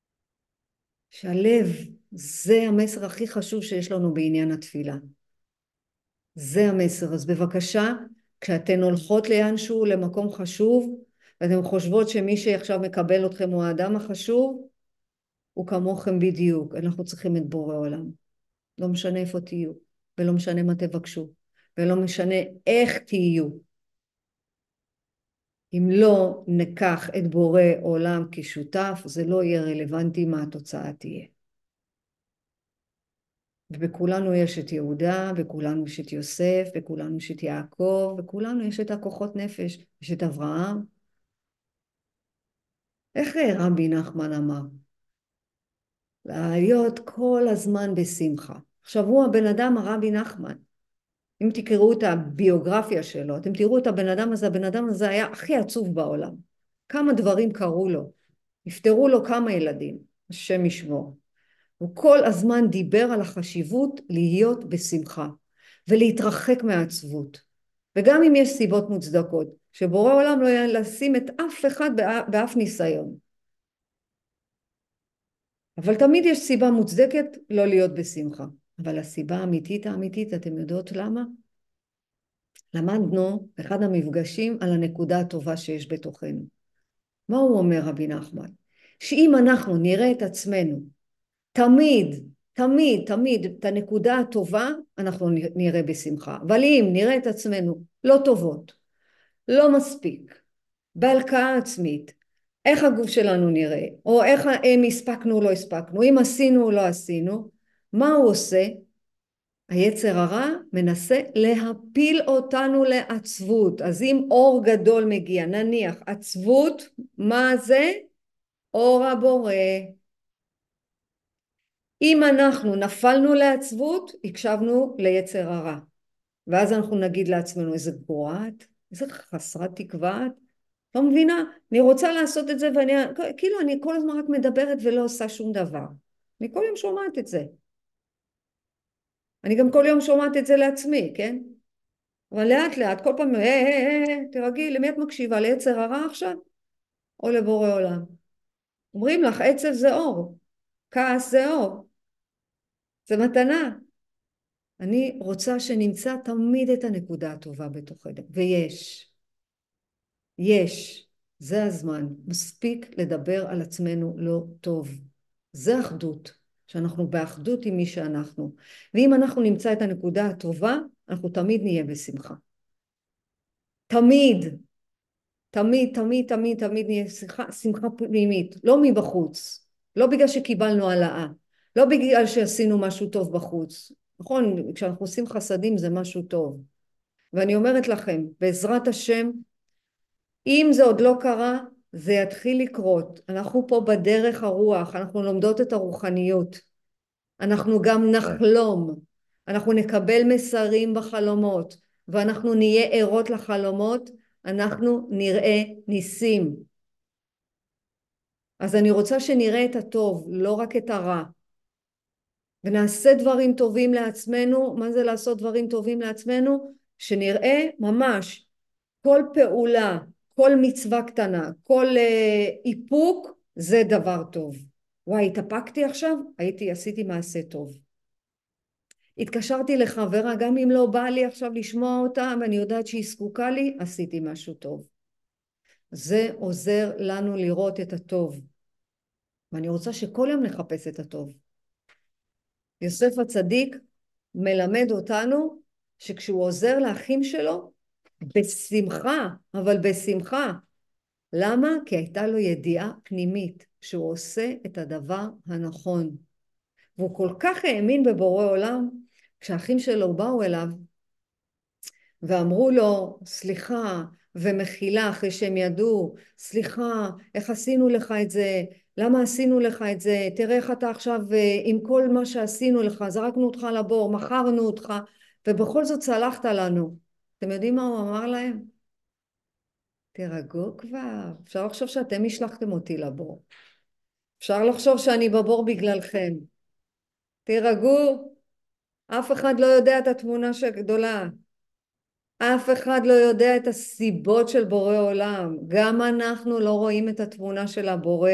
שהלב זה המסר הכי חשוב שיש לנו בעניין התפילה. זה המסר. אז בבקשה, כשאתן הולכות לאנשהו למקום חשוב, ואתן חושבות שמי שעכשיו מקבל אתכם הוא האדם החשוב, הוא כמוכם בדיוק. אנחנו צריכים את בורא עולם. לא משנה איפה תהיו, ולא משנה מה תבקשו, ולא משנה איך תהיו. אם לא ניקח את בורא עולם כשותף, זה לא יהיה רלוונטי מה התוצאה תהיה. ובכולנו יש את יהודה, בכולנו יש את יוסף, בכולנו יש את יעקב, בכולנו יש את הכוחות נפש, יש את אברהם. איך רבי נחמן אמר? להיות כל הזמן בשמחה. עכשיו הוא הבן אדם הרבי נחמן. אם תקראו את הביוגרפיה שלו, אתם תראו את הבן אדם הזה, הבן אדם הזה היה הכי עצוב בעולם. כמה דברים קרו לו. נפטרו לו כמה ילדים, השם ישמור. הוא כל הזמן דיבר על החשיבות להיות בשמחה, ולהתרחק מהעצבות. וגם אם יש סיבות מוצדקות, שבורא עולם לא היה לשים את אף אחד באף ניסיון. אבל תמיד יש סיבה מוצדקת לא להיות בשמחה. אבל הסיבה האמיתית האמיתית, אתם יודעות למה? למדנו באחד המפגשים על הנקודה הטובה שיש בתוכנו. מה הוא אומר רבי נחמן? שאם אנחנו נראה את עצמנו, תמיד, תמיד, תמיד, את הנקודה הטובה, אנחנו נראה בשמחה. אבל אם נראה את עצמנו לא טובות, לא מספיק, בהלקאה עצמית, איך הגוף שלנו נראה, או איך אם הספקנו או לא הספקנו, אם עשינו או לא עשינו, מה הוא עושה? היצר הרע מנסה להפיל אותנו לעצבות. אז אם אור גדול מגיע, נניח עצבות, מה זה? אור הבורא. אם אנחנו נפלנו לעצבות, הקשבנו ליצר הרע. ואז אנחנו נגיד לעצמנו, איזה גרועת, איזה חסרת תקווה, לא מבינה, אני רוצה לעשות את זה, ואני, כאילו אני כל הזמן רק מדברת ולא עושה שום דבר. אני כל יום שומעת את זה. אני גם כל יום שומעת את זה לעצמי, כן? אבל לאט לאט, כל פעם, אה, אה, אה, אה, תרגי, למי את מקשיבה? ליצר הרע עכשיו? או לבורא עולם? אומרים לך, עצב זה אור, כעס זה אור, זה מתנה. אני רוצה שנמצא תמיד את הנקודה הטובה בתוכנו, ויש. יש. זה הזמן. מספיק לדבר על עצמנו לא טוב. זה אחדות. שאנחנו באחדות עם מי שאנחנו. ואם אנחנו נמצא את הנקודה הטובה, אנחנו תמיד נהיה בשמחה. תמיד. תמיד, תמיד, תמיד, תמיד נהיה שמחה, שמחה פנימית. לא מבחוץ. לא בגלל שקיבלנו העלאה. לא בגלל שעשינו משהו טוב בחוץ. נכון, כשאנחנו עושים חסדים זה משהו טוב. ואני אומרת לכם, בעזרת השם, אם זה עוד לא קרה, זה יתחיל לקרות. אנחנו פה בדרך הרוח, אנחנו לומדות את הרוחניות. אנחנו גם נחלום, אנחנו נקבל מסרים בחלומות, ואנחנו נהיה ערות לחלומות, אנחנו נראה ניסים. אז אני רוצה שנראה את הטוב, לא רק את הרע. ונעשה דברים טובים לעצמנו. מה זה לעשות דברים טובים לעצמנו? שנראה ממש כל פעולה, כל מצווה קטנה, כל אה, איפוק, זה דבר טוב. וואי, התאפקתי עכשיו? הייתי, עשיתי מעשה טוב. התקשרתי לחברה, גם אם לא בא לי עכשיו לשמוע אותה, ואני יודעת שהיא זקוקה לי, עשיתי משהו טוב. זה עוזר לנו לראות את הטוב. ואני רוצה שכל יום נחפש את הטוב. יוסף הצדיק מלמד אותנו שכשהוא עוזר לאחים שלו, בשמחה, אבל בשמחה. למה? כי הייתה לו ידיעה פנימית שהוא עושה את הדבר הנכון. והוא כל כך האמין בבורא עולם, כשהאחים שלו באו אליו ואמרו לו סליחה ומחילה אחרי שהם ידעו, סליחה, איך עשינו לך את זה? למה עשינו לך את זה? תראה איך אתה עכשיו עם כל מה שעשינו לך, זרקנו אותך לבור, מכרנו אותך, ובכל זאת צלחת לנו. אתם יודעים מה הוא אמר להם? תירגעו כבר, אפשר לחשוב שאתם השלחתם אותי לבור. אפשר לחשוב שאני בבור בגללכם. תירגעו, אף אחד לא יודע את התמונה הגדולה. אף אחד לא יודע את הסיבות של בורא עולם. גם אנחנו לא רואים את התמונה של הבורא.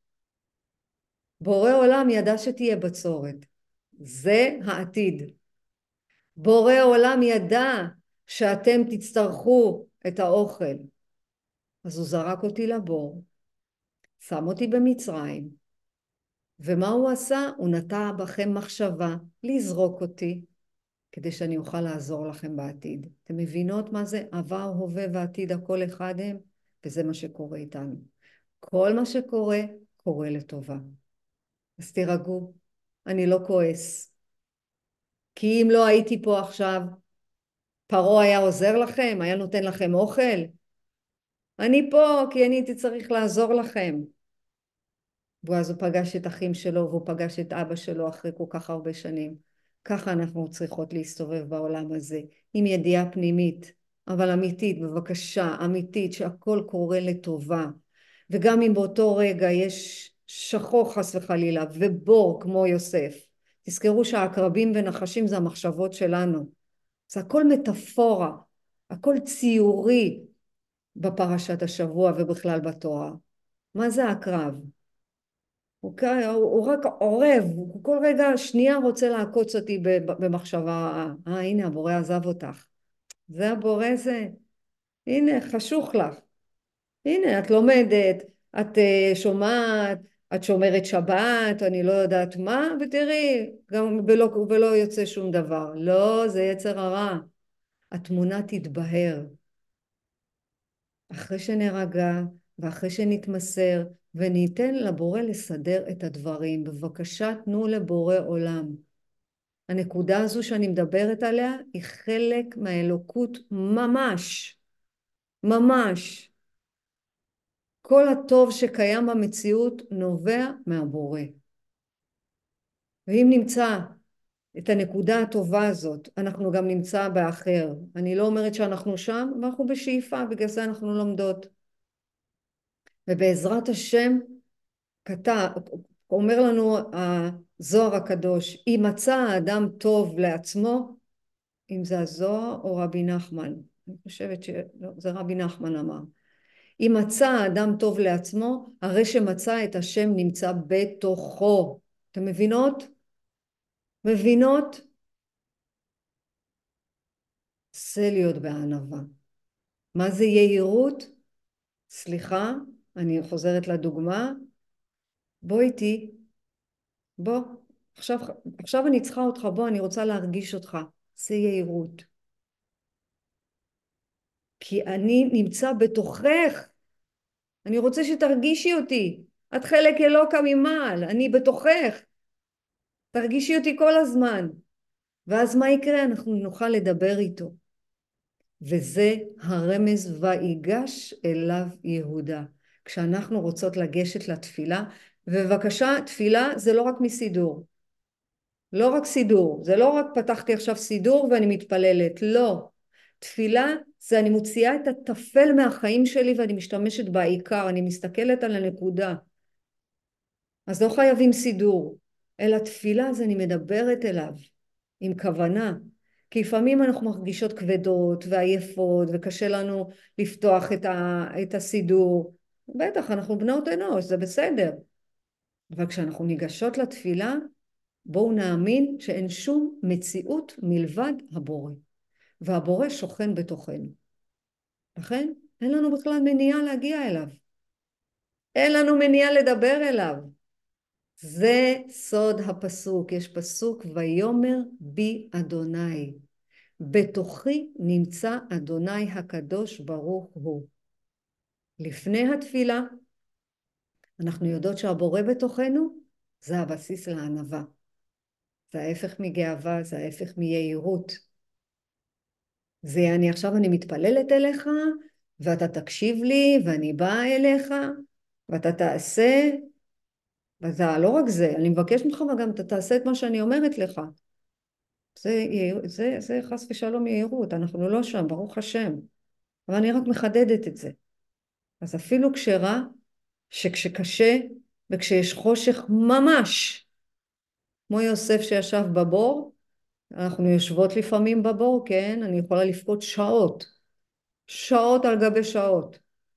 בורא עולם ידע שתהיה בצורת. זה העתיד. בורא עולם ידע שאתם תצטרכו את האוכל. אז הוא זרק אותי לבור, שם אותי במצרים. ומה הוא עשה? הוא נטע בכם מחשבה לזרוק אותי, כדי שאני אוכל לעזור לכם בעתיד. אתם מבינות מה זה? עבר, הווה ועתיד, הכל אחד הם, וזה מה שקורה איתנו. כל מה שקורה, קורה לטובה. אז תירגעו, אני לא כועס. כי אם לא הייתי פה עכשיו, פרעה היה עוזר לכם, היה נותן לכם אוכל. אני פה כי אני הייתי צריך לעזור לכם. ואז הוא פגש את אחים שלו, והוא פגש את אבא שלו אחרי כל כך הרבה שנים. ככה אנחנו צריכות להסתובב בעולם הזה, עם ידיעה פנימית, אבל אמיתית, בבקשה, אמיתית, שהכל קורה לטובה. וגם אם באותו רגע יש שחור חס וחלילה, ובור כמו יוסף, תזכרו שהעקרבים ונחשים זה המחשבות שלנו. זה הכל מטאפורה, הכל ציורי בפרשת השבוע ובכלל בתורה. מה זה העקרב? הוא, הוא רק עורב, הוא כל רגע שנייה רוצה לעקוץ אותי במחשבה, אה הנה הבורא עזב אותך, זה הבורא זה, הנה חשוך לך, הנה את לומדת, את שומעת, את שומרת שבת, אני לא יודעת מה, ותראי, גם ולא, ולא יוצא שום דבר, לא, זה יצר הרע, התמונה תתבהר, אחרי שנרגע ואחרי שנתמסר, וניתן לבורא לסדר את הדברים. בבקשה תנו לבורא עולם. הנקודה הזו שאני מדברת עליה היא חלק מהאלוקות ממש, ממש. כל הטוב שקיים במציאות נובע מהבורא. ואם נמצא את הנקודה הטובה הזאת, אנחנו גם נמצא באחר. אני לא אומרת שאנחנו שם, אבל אנחנו בשאיפה, בגלל זה אנחנו לומדות. ובעזרת השם, כתב, אומר לנו הזוהר הקדוש, אם מצא האדם טוב לעצמו, אם זה הזוהר או רבי נחמן, אני חושבת שזה רבי נחמן אמר, אם מצא האדם טוב לעצמו, הרי שמצא את השם נמצא בתוכו. אתם מבינות? מבינות? זה להיות בענווה. מה זה יהירות? סליחה, אני חוזרת לדוגמה, בוא איתי, בוא, עכשיו, עכשיו אני צריכה אותך, בוא, אני רוצה להרגיש אותך. זה יהירות. כי אני נמצא בתוכך. אני רוצה שתרגישי אותי. את חלק אלוקה ממעל, אני בתוכך. תרגישי אותי כל הזמן. ואז מה יקרה? אנחנו נוכל לדבר איתו. וזה הרמז ויגש אליו יהודה. כשאנחנו רוצות לגשת לתפילה, ובבקשה, תפילה זה לא רק מסידור. לא רק סידור, זה לא רק פתחתי עכשיו סידור ואני מתפללת, לא. תפילה זה אני מוציאה את הטפל מהחיים שלי ואני משתמשת בעיקר, אני מסתכלת על הנקודה. אז לא חייבים סידור, אלא תפילה זה אני מדברת אליו, עם כוונה. כי לפעמים אנחנו מרגישות כבדות ועייפות וקשה לנו לפתוח את, ה, את הסידור. בטח, אנחנו בנות אנוש, זה בסדר. אבל כשאנחנו ניגשות לתפילה, בואו נאמין שאין שום מציאות מלבד הבורא. והבורא שוכן בתוכנו. לכן אין לנו בכלל מניעה להגיע אליו. אין לנו מניעה לדבר אליו. זה סוד הפסוק. יש פסוק ויאמר בי אדוני. בתוכי נמצא אדוני הקדוש ברוך הוא. לפני התפילה אנחנו יודעות שהבורא בתוכנו זה הבסיס לענווה. זה ההפך מגאווה, זה ההפך מיהירות. זה אני עכשיו אני מתפללת אליך ואתה תקשיב לי ואני באה אליך ואתה תעשה, וזה לא רק זה, אני מבקש ממך וגם אתה תעשה את מה שאני אומרת לך. זה, זה, זה חס ושלום יהירות, אנחנו לא שם, ברוך השם. אבל אני רק מחדדת את זה. אז אפילו כשרע, שכשקשה וכשיש חושך ממש, כמו יוסף שישב בבור, אנחנו יושבות לפעמים בבור, כן? אני יכולה לפקוד שעות, שעות על גבי שעות.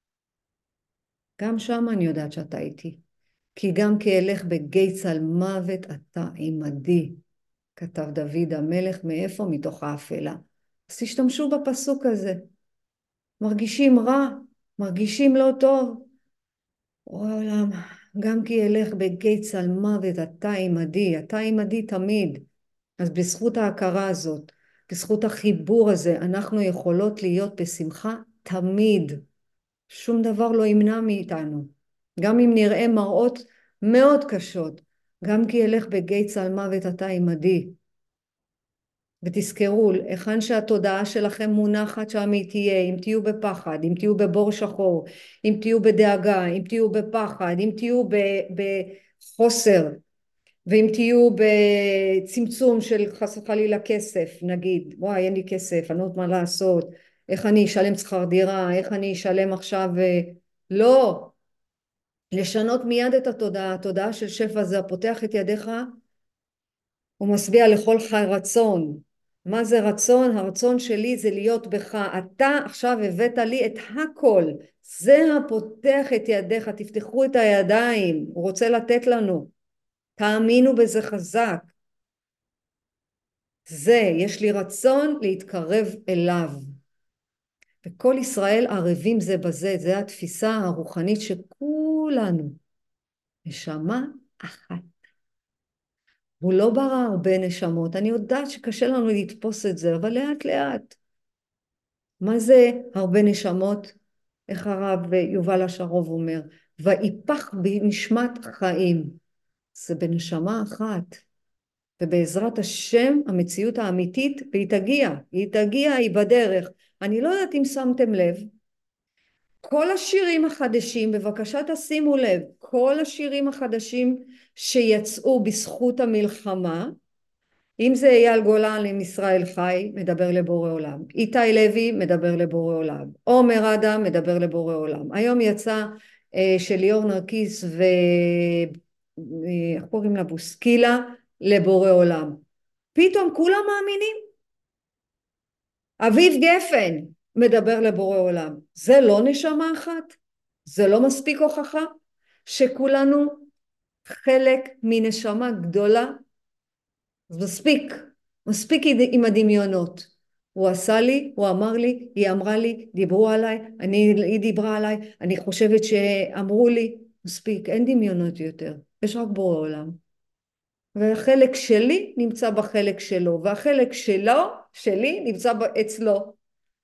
גם שם אני יודעת שאתה איתי. כי גם כי אלך בגיא צל מוות אתה עמדי. כתב דוד המלך, מאיפה? מתוך האפלה. אז תשתמשו בפסוק הזה. מרגישים רע, מרגישים לא טוב. אוי עולם, גם כי אלך בגיא צל מוות אתה עמדי, אתה עמדי תמיד. אז בזכות ההכרה הזאת, בזכות החיבור הזה, אנחנו יכולות להיות בשמחה תמיד. שום דבר לא ימנע מאיתנו. גם אם נראה מראות מאוד קשות, גם כי אלך בגיא צל מוות אתה עמדי. ותזכרו, היכן שהתודעה שלכם מונחת שם היא תהיה, אם תהיו בפחד, אם תהיו בבור שחור, אם תהיו בדאגה, אם תהיו בפחד, אם תהיו בחוסר, ואם תהיו בצמצום של חס וחלילה כסף, נגיד, וואי אין לי כסף, אני לא יודעת מה לעשות, איך אני אשלם שכר דירה, איך אני אשלם עכשיו, לא, לשנות מיד את התודעה, התודעה של שפע זה הפותח את ידיך, הוא משביע לכל חי רצון. מה זה רצון? הרצון שלי זה להיות בך. אתה עכשיו הבאת לי את הכל. זה הפותח את ידיך. תפתחו את הידיים. הוא רוצה לתת לנו. תאמינו בזה חזק. זה, יש לי רצון להתקרב אליו. וכל ישראל ערבים זה בזה. זה התפיסה הרוחנית שכולנו נשמה אחת. הוא לא ברא הרבה נשמות, אני יודעת שקשה לנו לתפוס את זה, אבל לאט לאט. מה זה הרבה נשמות? איך הרב יובל השרוב אומר? ויפח בנשמת חיים. זה בנשמה אחת. ובעזרת השם המציאות האמיתית, והיא תגיע, היא תגיע, היא בדרך. אני לא יודעת אם שמתם לב, כל השירים החדשים, בבקשה תשימו לב, כל השירים החדשים שיצאו בזכות המלחמה, אם זה אייל גולן עם ישראל חי, מדבר לבורא עולם. איתי לוי מדבר לבורא עולם. עומר אדם מדבר לבורא עולם. היום יצא אה, של ליאור נרקיס ו... אה, איך קוראים לה? בוסקילה לבורא עולם. פתאום כולם מאמינים. אביב גפן מדבר לבורא עולם. זה לא נשמה אחת? זה לא מספיק הוכחה? שכולנו חלק מנשמה גדולה? אז מספיק, מספיק עם הדמיונות. הוא עשה לי, הוא אמר לי, היא אמרה לי, דיברו עליי, אני, היא דיברה עליי, אני חושבת שאמרו לי, מספיק, אין דמיונות יותר, יש רק בורא עולם. והחלק שלי נמצא בחלק שלו, והחלק שלו, שלי, נמצא אצלו.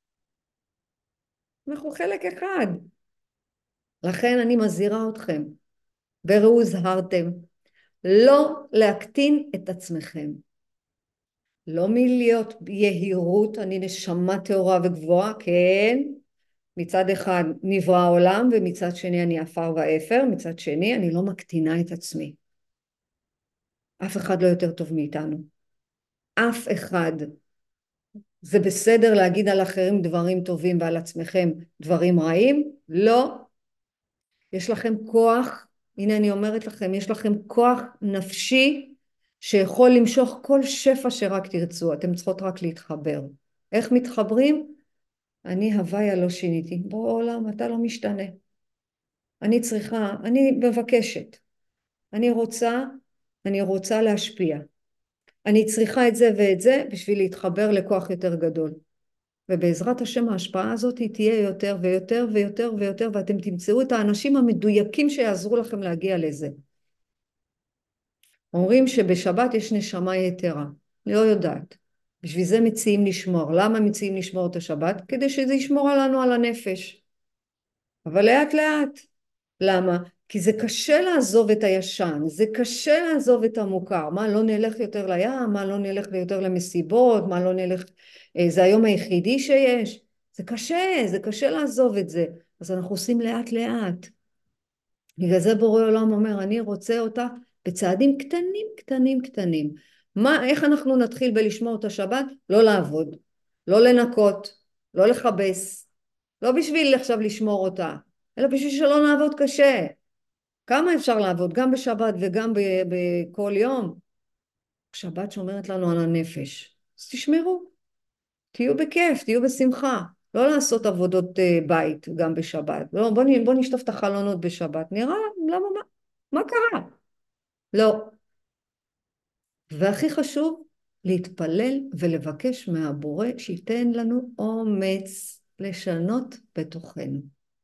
אנחנו חלק אחד. לכן אני מזהירה אתכם, וראו זהרתם, לא להקטין את עצמכם. לא מלהיות יהירות, אני נשמה טהורה וגבוהה, כן, מצד אחד נברא העולם, ומצד שני אני עפר ואפר, מצד שני אני לא מקטינה את עצמי. אף אחד לא יותר טוב מאיתנו. אף אחד. זה בסדר להגיד על אחרים דברים טובים ועל עצמכם דברים רעים? לא. יש לכם כוח, הנה אני אומרת לכם, יש לכם כוח נפשי שיכול למשוך כל שפע שרק תרצו, אתם צריכות רק להתחבר. איך מתחברים? אני הוויה לא שיניתי, בוא עולם, אתה לא משתנה. אני צריכה, אני מבקשת, אני רוצה, אני רוצה להשפיע. אני צריכה את זה ואת זה בשביל להתחבר לכוח יותר גדול. ובעזרת השם ההשפעה הזאת היא תהיה יותר ויותר ויותר ויותר, ואתם תמצאו את האנשים המדויקים שיעזרו לכם להגיע לזה. אומרים שבשבת יש נשמה יתרה, אני לא יודעת. בשביל זה מציעים לשמור. למה מציעים לשמור את השבת? כדי שזה ישמור עלינו על הנפש. אבל לאט לאט. למה? כי זה קשה לעזוב את הישן, זה קשה לעזוב את המוכר. מה, לא נלך יותר לים? מה, לא נלך יותר למסיבות? מה, לא נלך... זה היום היחידי שיש? זה קשה, זה קשה לעזוב את זה. אז אנחנו עושים לאט לאט. בגלל זה בורא עולם אומר, אני רוצה אותה בצעדים קטנים, קטנים, קטנים. מה, איך אנחנו נתחיל בלשמור את השבת? לא לעבוד, לא לנקות, לא לחבס, לא בשביל עכשיו לשמור אותה, אלא בשביל שלא נעבוד קשה. כמה אפשר לעבוד? גם בשבת וגם בכל יום. שבת שומרת לנו על הנפש. אז תשמרו, תהיו בכיף, תהיו בשמחה. לא לעשות עבודות בית גם בשבת. לא, בוא, בוא נשטוף את החלונות בשבת. נראה, למה, מה, מה קרה? לא. והכי חשוב, להתפלל ולבקש מהבורא שייתן לנו אומץ לשנות בתוכנו.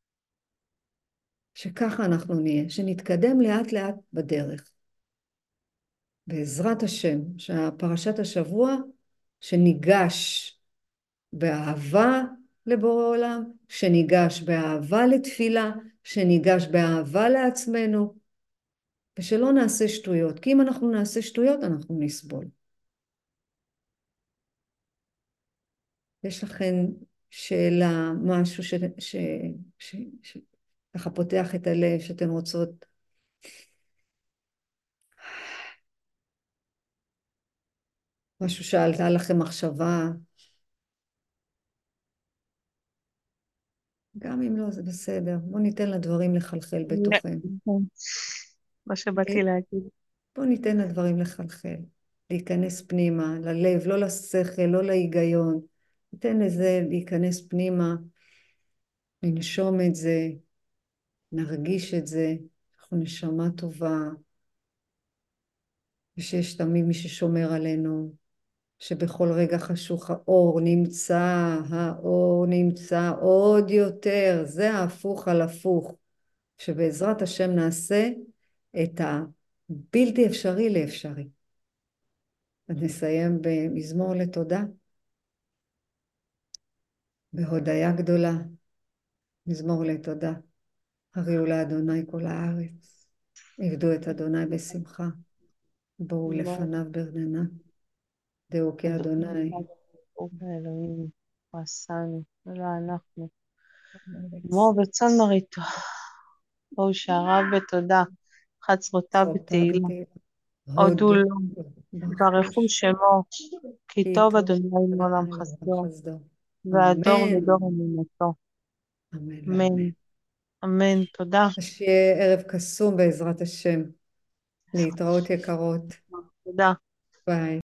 שככה אנחנו נהיה, שנתקדם לאט לאט בדרך. בעזרת השם, שהפרשת השבוע, שניגש באהבה לבורא עולם, שניגש באהבה לתפילה, שניגש באהבה לעצמנו, ושלא נעשה שטויות, כי אם אנחנו נעשה שטויות, אנחנו נסבול. יש לכם שאלה, משהו ש... ש... ש... ש... ככה פותח את הלב, שאתן רוצות... משהו שעלתה לכם מחשבה? גם אם לא, זה בסדר. בואו ניתן לדברים לחלחל בתוכנו. מה שבאתי להגיד. בואו ניתן לדברים לחלחל, להיכנס פנימה, ללב, לא לשכל, לא להיגיון. ניתן לזה להיכנס פנימה, לנשום את זה, נרגיש את זה, אנחנו נשמה טובה, ושיש תמיד מי ששומר עלינו, שבכל רגע חשוך האור נמצא, האור נמצא עוד יותר, זה ההפוך על הפוך, שבעזרת השם נעשה את הבלתי אפשרי לאפשרי. אז נסיים במזמור לתודה, בהודיה גדולה, מזמור לתודה. הריעו לאדוני כל הארץ, עבדו את אדוני בשמחה, בואו לפניו ברננה, דעו כי אדוני. אלוהים, הוא עשנו, ולא אנחנו. כמו בצאן מרעיתו, בואו שעריו בתודה, חצרותיו בתהילה, הודו לו, ברכו שמו, כי טוב אדוני לעולם חסדו, והדור לדור אמונתו. אמן. אמן, תודה. שיהיה ערב קסום בעזרת השם. להתראות יקרות. תודה. ביי.